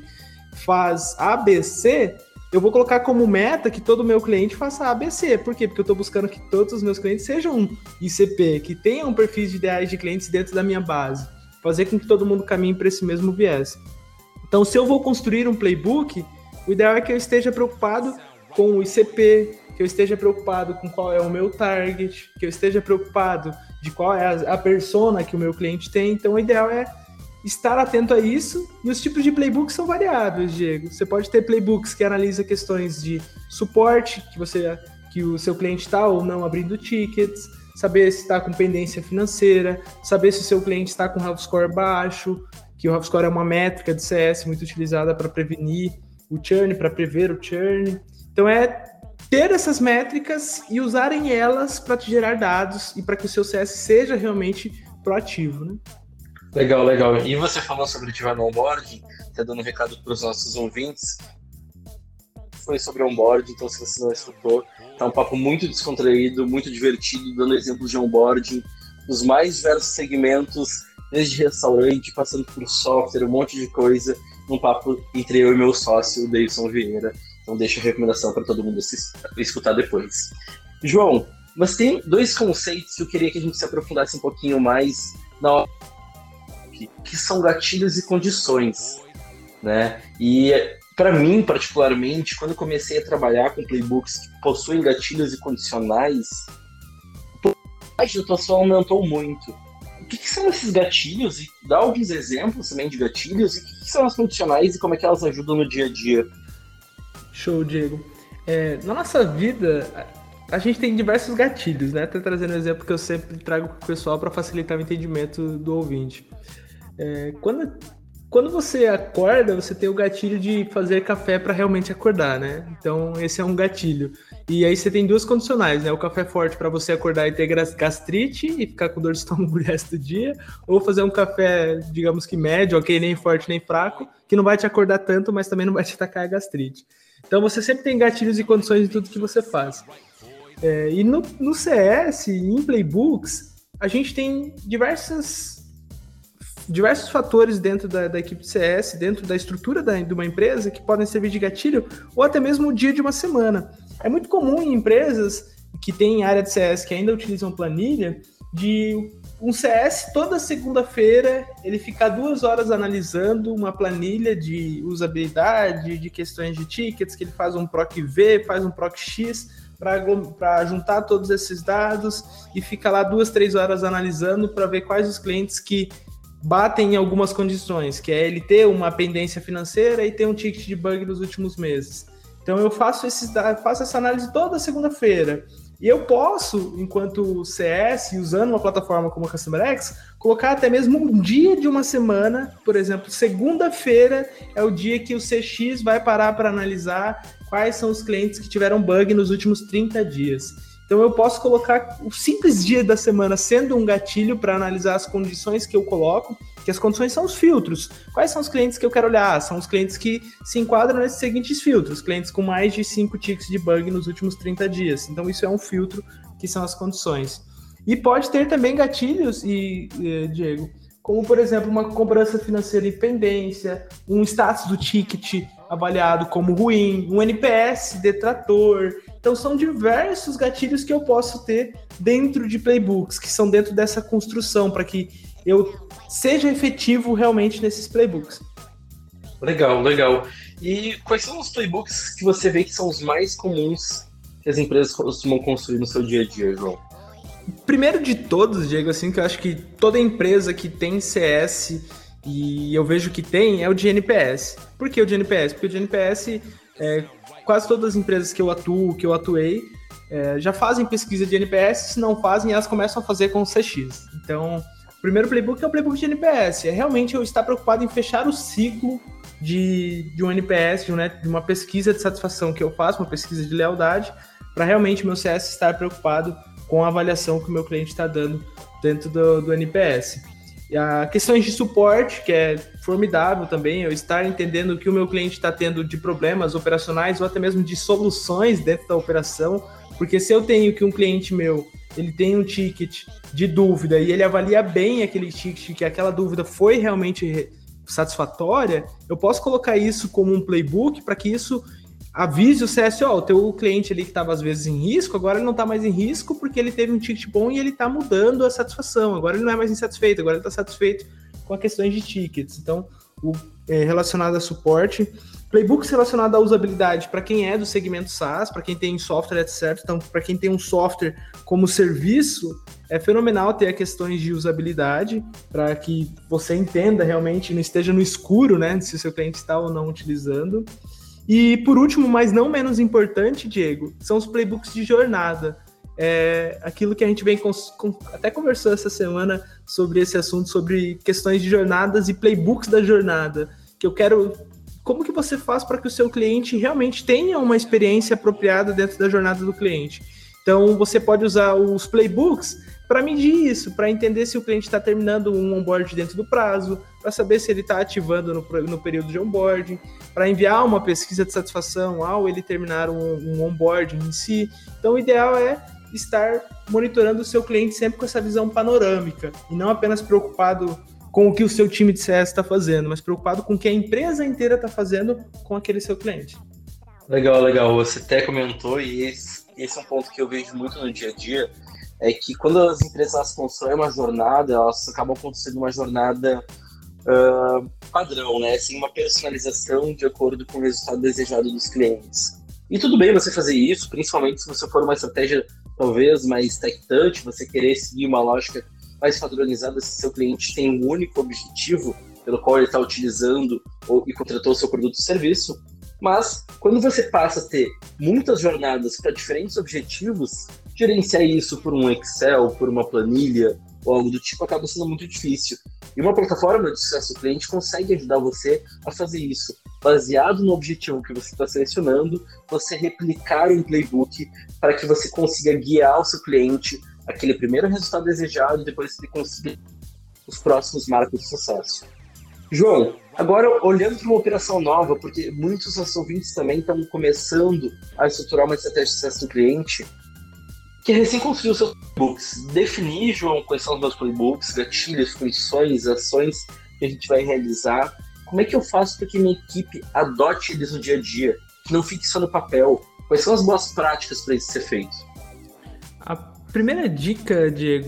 S3: faz A B C, eu vou colocar como meta que todo meu cliente faça A B C. Por quê? Porque eu estou buscando que todos os meus clientes sejam I C P, que tenham perfis de ideais de clientes dentro da minha base. Fazer com que todo mundo caminhe para esse mesmo viés. Então, se eu vou construir um playbook, o ideal é que eu esteja preocupado com o I C P, que eu esteja preocupado com qual é o meu target, que eu esteja preocupado de qual é a, a persona que o meu cliente tem. Então, o ideal é estar atento a isso, e os tipos de playbooks são variáveis, Diego. Você pode ter playbooks que analisam questões de suporte, que, você, que o seu cliente está ou não abrindo tickets, saber se está com pendência financeira, saber se o seu cliente está com health score baixo, que o health score é uma métrica de C S muito utilizada para prevenir o churn, para prever o churn. Então é ter essas métricas e usarem elas para te gerar dados e para que o seu C S seja realmente proativo, né?
S2: Legal, legal. E você falou sobre ativar no onboarding, tá dando um recado para os nossos ouvintes. Foi sobre onboarding, então se você não escutou, tá um papo muito descontraído, muito divertido, dando exemplos de onboarding, dos mais diversos segmentos, desde restaurante, passando por software, um monte de coisa, um papo entre eu e meu sócio, o Davidson Vieira. Então deixa a recomendação para todo mundo escutar depois. João, mas tem dois conceitos que eu queria que a gente se aprofundasse um pouquinho mais na hora, que são gatilhos e condições, né? E para mim, particularmente, quando eu comecei a trabalhar com playbooks que possuem gatilhos e condicionais, a de atuação aumentou muito. O que, que são esses gatilhos? E dá alguns exemplos também de gatilhos. E o que, que são as condicionais e como é que elas ajudam no dia a dia?
S3: Show, Diego. É, na nossa vida, a gente tem diversos gatilhos, né? Estou trazendo um exemplo que eu sempre trago para o pessoal para facilitar o entendimento do ouvinte. É, quando, quando você acorda, você tem o gatilho de fazer café para realmente acordar, né? Então, esse é um gatilho. E aí você tem duas condicionais, né? O café forte para você acordar e ter gastrite e ficar com dor de estômago o resto do dia, ou fazer um café, digamos que médio, ok, nem forte nem fraco, que não vai te acordar tanto, mas também não vai te atacar a gastrite. Então, você sempre tem gatilhos e condições em tudo que você faz. É, e no, no C S, em playbooks, a gente tem diversas... diversos fatores dentro da, da equipe de C S, dentro da estrutura da, de uma empresa, que podem servir de gatilho, ou até mesmo o dia de uma semana. É muito comum em empresas que têm área de C S que ainda utilizam planilha, de um C S toda segunda-feira, ele ficar duas horas analisando uma planilha de usabilidade, de questões de tickets, que ele faz um proc V, faz um proc X, para juntar todos esses dados e fica lá duas, três horas analisando para ver quais os clientes que batem em algumas condições, que é ele ter uma pendência financeira e ter um ticket de bug nos últimos meses. Então eu faço, esses, faço essa análise toda segunda-feira. E eu posso, enquanto C S, usando uma plataforma como a CustomerX, colocar até mesmo um dia de uma semana, por exemplo, segunda-feira é o dia que o C X vai parar para analisar quais são os clientes que tiveram bug nos últimos trinta dias. Então eu posso colocar o simples dia da semana sendo um gatilho para analisar as condições que eu coloco, que as condições são os filtros. Quais são os clientes que eu quero olhar? São os clientes que se enquadram nesses seguintes filtros, clientes com mais de cinco tickets de bug nos últimos trinta dias. Então isso é um filtro, que são as condições. E pode ter também gatilhos, e, e Diego, como por exemplo uma cobrança financeira em pendência, um status do ticket avaliado como ruim, um N P S detrator. Então são diversos gatilhos que eu posso ter dentro de playbooks, que são dentro dessa construção, para que eu seja efetivo realmente nesses playbooks.
S2: Legal, legal. E quais são os playbooks que você vê que são os mais comuns que as empresas costumam construir no seu dia a dia, João?
S3: Primeiro de todos, Diego, assim, que eu acho que toda empresa que tem C S, e eu vejo que tem, é o de N P S. Por que o de N P S? Porque o de N P S, é, quase todas as empresas que eu atuo, que eu atuei, é, já fazem pesquisa de N P S, se não fazem, elas começam a fazer com o C X. Então, o primeiro playbook é o playbook de N P S, é realmente eu estar preocupado em fechar o ciclo de, de um N P S, de, um, né, de uma pesquisa de satisfação que eu faço, uma pesquisa de lealdade, para realmente o meu C S estar preocupado com a avaliação que o meu cliente está dando dentro do, do N P S. E a questões de suporte, que é formidável também, eu estar entendendo o que o meu cliente está tendo de problemas operacionais ou até mesmo de soluções dentro da operação, porque se eu tenho que um cliente meu, ele tem um ticket de dúvida e ele avalia bem aquele ticket, que aquela dúvida foi realmente satisfatória, eu posso colocar isso como um playbook para que isso avise o C S, ó, oh, o teu cliente ali que estava às vezes em risco, agora ele não está mais em risco porque ele teve um ticket bom e ele está mudando a satisfação, agora ele não é mais insatisfeito, agora ele está satisfeito com as questões de tickets. Então, o, é, relacionado a suporte, playbooks relacionados à usabilidade para quem é do segmento SaaS, para quem tem software, etcétera. Então, para quem tem um software como serviço, é fenomenal ter questões de usabilidade para que você entenda realmente, não esteja no escuro, né, se o seu cliente está ou não utilizando. E, por último, mas não menos importante, Diego, são os playbooks de jornada. É aquilo que a gente vem cons- com, até conversou essa semana sobre esse assunto, sobre questões de jornadas e playbooks da jornada, que eu quero... Como que você faz para que o seu cliente realmente tenha uma experiência apropriada dentro da jornada do cliente? Então, você pode usar os playbooks para medir isso, para entender se o cliente está terminando um onboard dentro do prazo, para saber se ele está ativando no, no período de onboarding, para enviar uma pesquisa de satisfação ao ele terminar um, um onboarding em si. Então, o ideal é estar monitorando o seu cliente sempre com essa visão panorâmica e não apenas preocupado com o que o seu time de C S está fazendo, mas preocupado com o que a empresa inteira está fazendo com aquele seu cliente.
S2: Legal, legal. Você até comentou, e esse, esse é um ponto que eu vejo muito no dia a dia, é que quando as empresas constroem uma jornada, elas acabam construindo uma jornada uh, padrão, né? Sem uma personalização de acordo com o resultado desejado dos clientes. E tudo bem você fazer isso, principalmente se você for uma estratégia talvez mais tech-touch, você querer seguir uma lógica mais padronizada, se seu cliente tem um único objetivo pelo qual ele está utilizando ou, e contratou o seu produto ou serviço. Mas, quando você passa a ter muitas jornadas para diferentes objetivos, gerenciar isso por um Excel, por uma planilha ou algo do tipo acaba sendo muito difícil. E uma plataforma de sucesso do cliente consegue ajudar você a fazer isso. Baseado no objetivo que você está selecionando, você replicar um playbook para que você consiga guiar o seu cliente aquele primeiro resultado desejado e depois ele consiga os próximos marcos de sucesso. João, agora olhando para uma operação nova, porque muitos dos nossos ouvintes também estão começando a estruturar uma estratégia de sucesso do cliente, que recém construiu seus playbooks. Definir, João, quais são os meus playbooks, gatilhos, funções, ações que a gente vai realizar. Como é que eu faço para que minha equipe adote eles no dia a dia, que não fique só no papel? Quais são as boas práticas para isso ser feito?
S3: A primeira dica, Diego,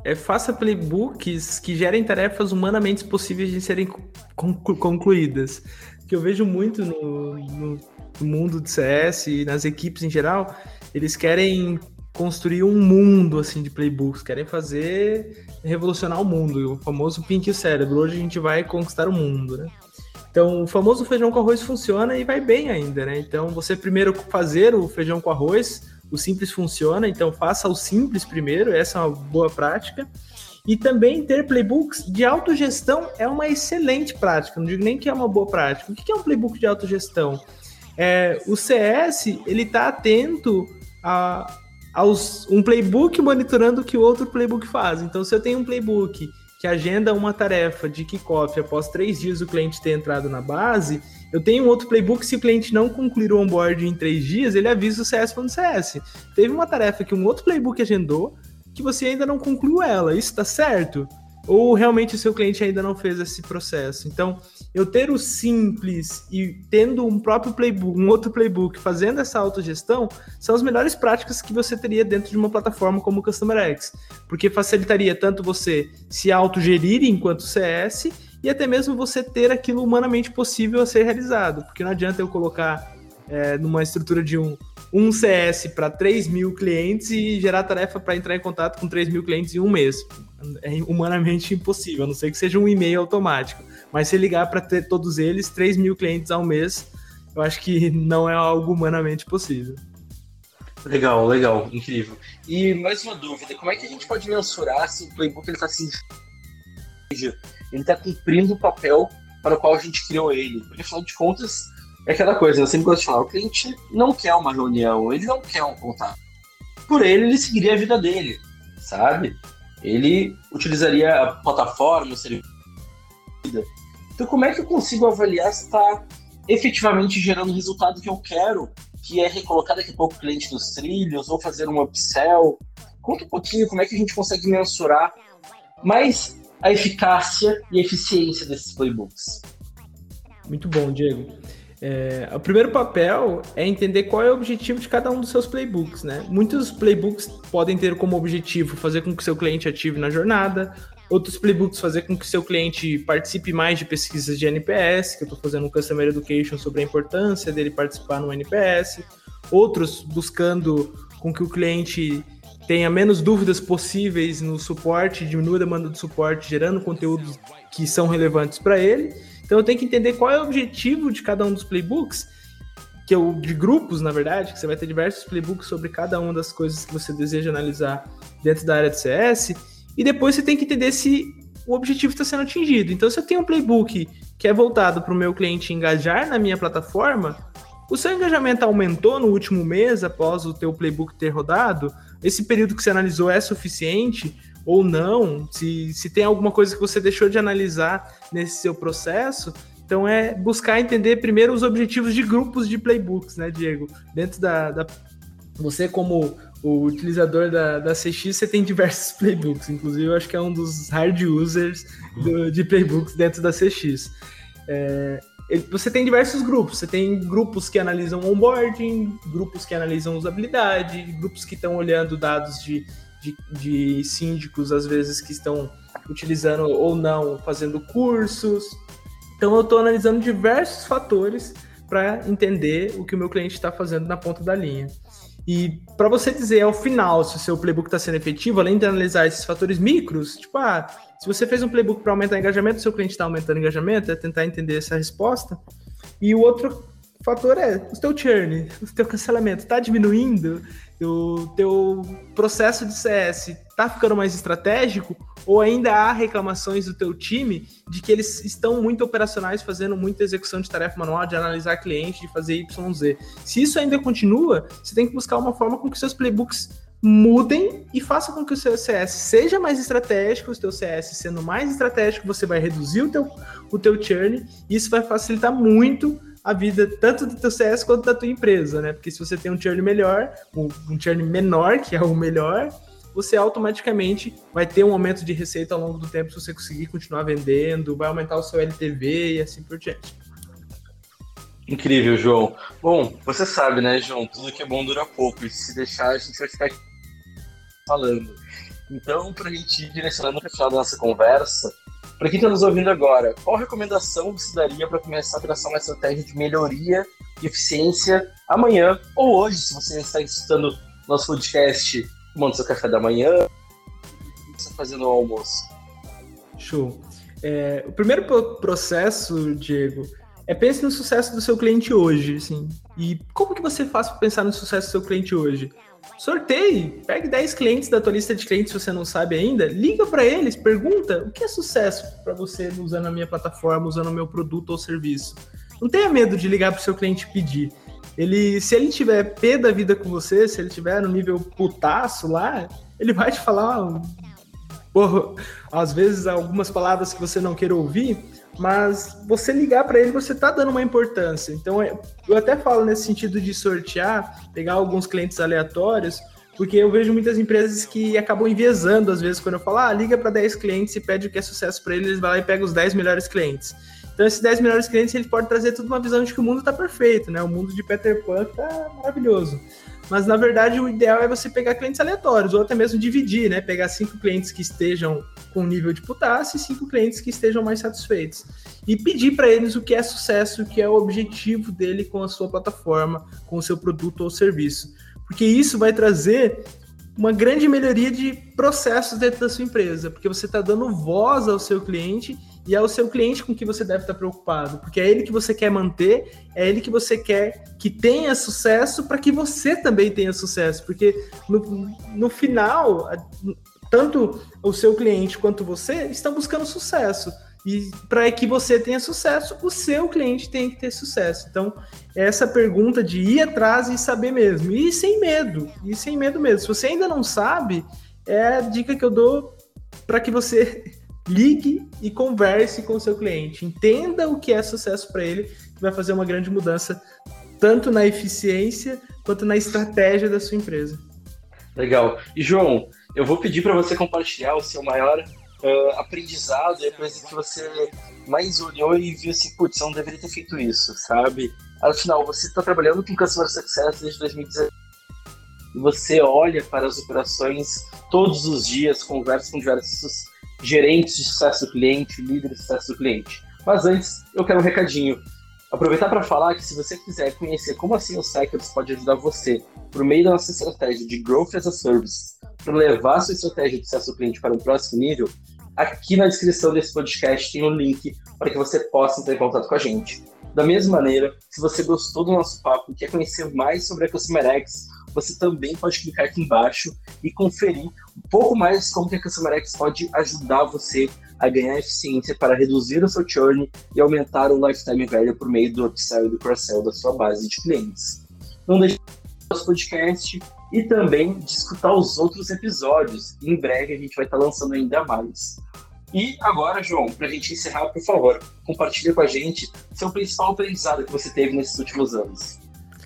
S3: é faça playbooks que gerem tarefas humanamente possíveis de serem conclu- concluídas. Que eu vejo muito no, no, no mundo de C S e nas equipes em geral, eles querem construir um mundo assim de playbooks, querem fazer revolucionar o mundo, o famoso pink o cérebro. Hoje a gente vai conquistar o mundo, né? Então, o famoso feijão com arroz funciona e vai bem ainda, né? Então, você primeiro fazer o feijão com arroz, o simples funciona, então faça o simples primeiro, essa é uma boa prática. E também ter playbooks de autogestão é uma excelente prática, não digo nem que é uma boa prática. O que é um playbook de autogestão? É, o C S, ele está atento a, aos, um playbook monitorando o que o outro playbook faz. Então, se eu tenho um playbook que agenda uma tarefa de kickoff após três dias do cliente ter entrado na base, eu tenho um outro playbook, se o cliente não concluir o onboarding em três dias, ele avisa o C S falando, C S, teve uma tarefa que um outro playbook agendou, que você ainda não concluiu ela, isso está certo? Ou realmente o seu cliente ainda não fez esse processo? Então, eu ter o simples e tendo um próprio playbook, um outro playbook, fazendo essa autogestão, são as melhores práticas que você teria dentro de uma plataforma como o CustomerX, porque facilitaria tanto você se autogerir enquanto C S e até mesmo você ter aquilo humanamente possível a ser realizado, porque não adianta eu colocar é, numa estrutura de um, um C S para três mil clientes e gerar tarefa para entrar em contato com três mil clientes em um mês. É humanamente impossível, a não ser que seja um e-mail automático. Mas se ligar para ter todos eles, três mil clientes ao mês, eu acho que não é algo humanamente possível.
S2: Legal, legal, incrível. E mais uma dúvida, como é que a gente pode mensurar se o playbook ele está assim, ele está cumprindo o papel para o qual a gente criou ele? Porque, afinal de contas, é aquela coisa, eu sempre gosto de falar, o cliente não quer uma reunião, ele não quer um contato. Por ele, ele seguiria a vida dele, sabe? Ele utilizaria a plataforma, o serviço. Então, como é que eu consigo avaliar se está efetivamente gerando o resultado que eu quero, que é recolocar daqui a pouco o cliente nos trilhos, ou fazer um upsell? Conta um pouquinho como é que a gente consegue mensurar mais a eficácia e a eficiência desses playbooks.
S3: Muito bom, Diego. É, o primeiro papel é entender qual é o objetivo de cada um dos seus playbooks, né? Muitos playbooks podem ter como objetivo fazer com que seu cliente ative na jornada, outros playbooks fazer com que seu cliente participe mais de pesquisas de N P S, que eu estou fazendo um Customer Education sobre a importância dele participar no N P S, outros buscando com que o cliente tenha menos dúvidas possíveis no suporte, diminua a demanda do suporte, gerando conteúdos que são relevantes para ele. Então eu tenho que entender qual é o objetivo de cada um dos playbooks, que é o de grupos, na verdade, que você vai ter diversos playbooks sobre cada uma das coisas que você deseja analisar dentro da área de C S, e depois você tem que entender se o objetivo está sendo atingido. Então, se eu tenho um playbook que é voltado para o meu cliente engajar na minha plataforma, o seu engajamento aumentou no último mês após o teu playbook ter rodado? Esse período que você analisou é suficiente ou não? Se, se tem alguma coisa que você deixou de analisar nesse seu processo, então é buscar entender primeiro os objetivos de grupos de playbooks, né, Diego? Dentro da... da você como o utilizador da, da C X, você tem diversos playbooks, inclusive eu acho que é um dos hard users do, de playbooks dentro da C X. É, você tem diversos grupos, você tem grupos que analisam onboarding, grupos que analisam usabilidade, grupos que estão olhando dados de, de, de síndicos, às vezes, que estão utilizando ou não, fazendo cursos. Então eu estou analisando diversos fatores para entender o que o meu cliente está fazendo na ponta da linha. E para você dizer ao final se o seu playbook está sendo efetivo, além de analisar esses fatores micros, tipo, ah, se você fez um playbook para aumentar o engajamento, o seu cliente está aumentando o engajamento, é tentar entender essa resposta. E o outro fator é o teu churn, o teu cancelamento está diminuindo, o teu processo de C S está ficando mais estratégico, ou ainda há reclamações do teu time de que eles estão muito operacionais, fazendo muita execução de tarefa manual, de analisar cliente, de fazer Y Z. Se isso ainda continua, você tem que buscar uma forma com que seus playbooks mudem e faça com que o seu C S seja mais estratégico. O teu C S sendo mais estratégico, você vai reduzir o teu, o teu churn, e isso vai facilitar muito a vida tanto do teu C S quanto da tua empresa, né? Porque se você tem um churn melhor, um, um churn menor, que é o melhor, você automaticamente vai ter um aumento de receita ao longo do tempo se você conseguir continuar vendendo, vai aumentar o seu L T V e assim por diante.
S2: Incrível, João. Bom, você sabe, né, João, tudo que é bom dura pouco, e se deixar a gente vai ficar falando. Então, para a gente ir direcionando para o final da nossa conversa, para quem está nos ouvindo agora, qual recomendação você daria para começar a traçar uma estratégia de melhoria e eficiência amanhã ou hoje, se você está escutando nosso podcast, tomando seu café da manhã, você está fazendo o almoço?
S3: Show. É, o primeiro processo, Diego, é pense no sucesso do seu cliente hoje, assim. E como que você faz para pensar no sucesso do seu cliente hoje? Sorteie, pegue dez clientes da tua lista de clientes se você não sabe ainda, liga para eles, pergunta o que é sucesso para você usando a minha plataforma, usando o meu produto ou serviço. Não tenha medo de ligar para o seu cliente e pedir. Ele, se ele tiver pé da vida com você, se ele tiver no nível putaço lá, ele vai te falar, porra, às vezes algumas palavras que você não queira ouvir, mas você ligar para ele, você tá dando uma importância. Então, eu até falo nesse sentido de sortear, pegar alguns clientes aleatórios, porque eu vejo muitas empresas que acabam enviesando, às vezes, quando eu falo, ah, liga para dez clientes e pede o que é sucesso para eles, eles vão lá e pegam os dez melhores clientes. Então, esses dez melhores clientes, eles podem trazer tudo uma visão de que o mundo tá perfeito, né? O mundo de Peter Pan tá maravilhoso. Mas, na verdade, o ideal é você pegar clientes aleatórios, ou até mesmo dividir, né? Pegar cinco clientes que estejam com nível de putaço e cinco clientes que estejam mais satisfeitos. E pedir para eles o que é sucesso, o que é o objetivo dele com a sua plataforma, com o seu produto ou serviço. Porque isso vai trazer uma grande melhoria de processos dentro da sua empresa, porque você está dando voz ao seu cliente e é o seu cliente com que você deve estar preocupado, porque é ele que você quer manter, é ele que você quer que tenha sucesso para que você também tenha sucesso, porque no, no final, tanto o seu cliente quanto você estão buscando sucesso, e para que você tenha sucesso, o seu cliente tem que ter sucesso. Então, essa pergunta de ir atrás e saber mesmo, e sem medo, e sem medo mesmo. Se você ainda não sabe, é a dica que eu dou para que você ligue e converse com o seu cliente. Entenda o que é sucesso para ele, que vai fazer uma grande mudança, tanto na eficiência quanto na estratégia da sua empresa.
S2: Legal. E, João, eu vou pedir para você compartilhar o seu maior uh, aprendizado, e a coisa que você mais olhou e viu assim, putz, eu não deveria ter feito isso, sabe? Afinal, você está trabalhando com Customer Success desde dois mil e dezenove e você olha para as operações todos os dias, conversa com diversos gerentes de sucesso do cliente, líderes de sucesso do cliente. Mas antes, eu quero um recadinho. Aproveitar para falar que se você quiser conhecer como assim o Cycles pode ajudar você por meio da nossa estratégia de Growth as a Service para levar a sua estratégia de sucesso do cliente para um próximo nível, aqui na descrição desse podcast tem um link para que você possa entrar em contato com a gente. Da mesma maneira, se você gostou do nosso papo e quer conhecer mais sobre a Customer X, você também pode clicar aqui embaixo e conferir um pouco mais como que a Customer X pode ajudar você a ganhar eficiência para reduzir o seu churn e aumentar o lifetime value por meio do upsell e do cross-sell da sua base de clientes. Não deixe de o nosso podcast e também de escutar os outros episódios. Em breve a gente vai estar lançando ainda mais. E agora, João, para a gente encerrar, por favor, compartilha com a gente seu principal aprendizado que você teve nesses últimos anos.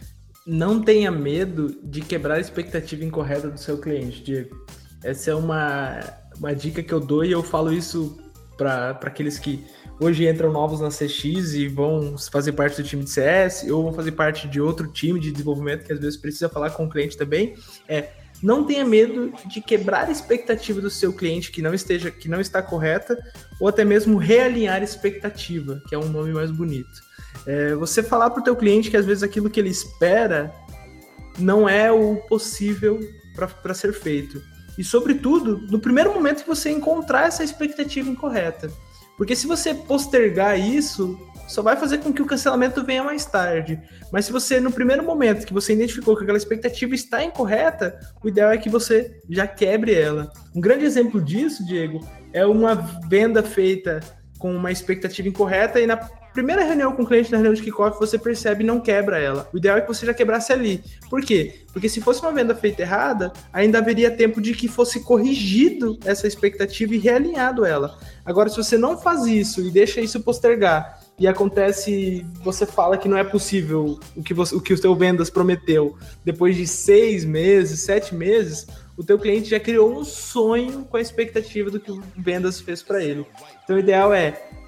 S3: Não tenha medo de quebrar a expectativa incorreta do seu cliente, Diego. Essa é uma, uma dica que eu dou e eu falo isso para aqueles que hoje entram novos na C X e vão fazer parte do time de C S ou vão fazer parte de outro time de desenvolvimento que às vezes precisa falar com o cliente também. É, não tenha medo de quebrar a expectativa do seu cliente que não, esteja, que não está correta ou até mesmo realinhar a expectativa, que é um nome mais bonito. É, você falar para o teu cliente que às vezes aquilo que ele espera não é o possível para ser feito. E, sobretudo, no primeiro momento que você encontrar essa expectativa incorreta. Porque se você postergar isso, só vai fazer com que o cancelamento venha mais tarde. Mas se você, no primeiro momento que você identificou que aquela expectativa está incorreta, o ideal é que você já quebre ela. Um grande exemplo disso, Diego, é uma venda feita com uma expectativa incorreta e na primeira reunião com o cliente, na reunião de kickoff, você percebe e não quebra ela. O ideal é que você já quebrasse ali. Por quê? Porque se fosse uma venda feita errada, ainda haveria tempo de que fosse corrigido essa expectativa e realinhado ela. Agora, se você não faz isso e deixa isso postergar, e acontece, você fala que não é possível o que, você, o que o seu vendas prometeu, depois de seis meses, sete meses, o teu cliente já criou um sonho com a expectativa do que o vendas fez para ele. Então, o ideal é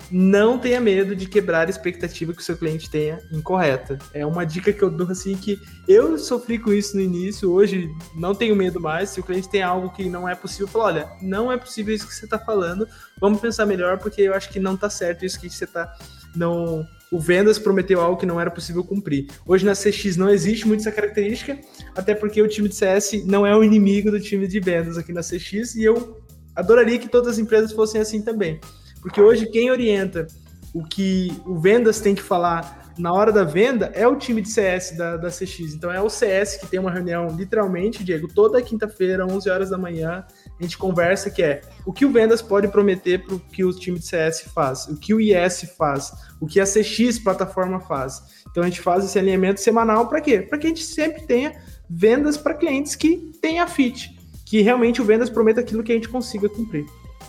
S3: não tenha medo de quebrar a expectativa que o seu cliente tenha incorreta. É uma dica que eu dou assim, que eu sofri com isso no início, hoje não tenho medo mais. Se o cliente tem algo que não é possível, eu falo, olha, não é possível isso que você está falando, vamos pensar melhor, porque eu acho que não está certo isso que você está... não O vendas prometeu algo que não era possível cumprir. Hoje na C X não existe muito essa característica, até porque o time de C S não é o inimigo do time de vendas aqui na C X, e eu adoraria que todas as empresas fossem assim também. Porque hoje quem orienta o que o vendas tem que falar na hora da venda é o time de C S da, da C X. Então é o C S que tem uma reunião, literalmente, Diego, toda quinta-feira, onze horas da manhã, a gente conversa que é o que o vendas pode prometer para o que o time de C S faz, o que o I S faz, o que a C X plataforma faz. Então a gente faz esse alinhamento semanal para quê? Para que a gente sempre tenha vendas para clientes que tenham a fit, que realmente o vendas prometa aquilo que a gente consiga cumprir.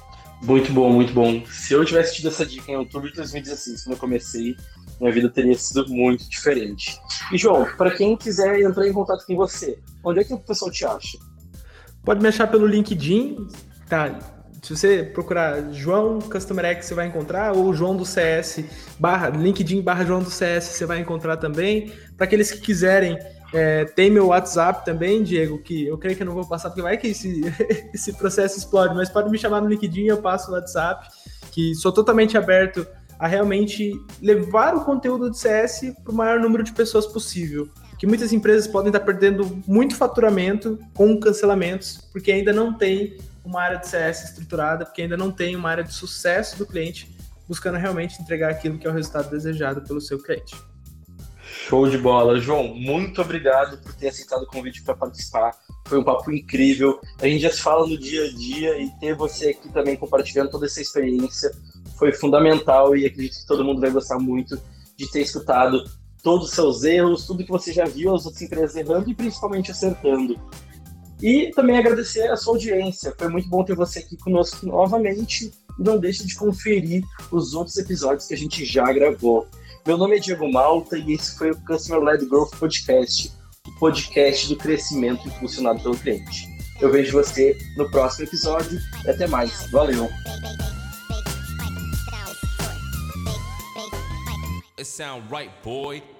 S2: Muito bom, muito bom. Se eu tivesse tido essa dica em outubro de dois mil e dezesseis, quando eu comecei, minha vida teria sido muito diferente. E, João, para quem quiser entrar em contato com você, onde é que o pessoal te acha?
S3: Pode me achar pelo LinkedIn, tá? Se você procurar João Customer X, você vai encontrar, ou João do C S, barra, LinkedIn barra João do C S, você vai encontrar também. Para aqueles que quiserem, é, tem meu WhatsApp também, Diego, que eu creio que eu não vou passar, porque vai que esse, esse processo explode, mas pode me chamar no LinkedIn, eu passo o WhatsApp, que sou totalmente aberto a realmente levar o conteúdo de C S para o maior número de pessoas possível. Que muitas empresas podem estar perdendo muito faturamento com cancelamentos, porque ainda não tem uma área de C S estruturada, porque ainda não tem uma área de sucesso do cliente, buscando realmente entregar aquilo que é o resultado desejado pelo seu cliente.
S2: Show de bola. João, muito obrigado por ter aceitado o convite para participar. Foi um papo incrível. A gente já se fala no dia a dia e ter você aqui também compartilhando toda essa experiência foi fundamental e acredito que todo mundo vai gostar muito de ter escutado todos os seus erros, tudo que você já viu as outras empresas errando e principalmente acertando. E também agradecer a sua audiência. Foi muito bom ter você aqui conosco novamente. E não deixe de conferir os outros episódios que a gente já gravou. Meu nome é Diego Malta e esse foi o Customer Led Growth Podcast, o podcast do crescimento impulsionado pelo cliente. Eu vejo você no próximo episódio e até mais. Valeu!
S1: It sound right, boy.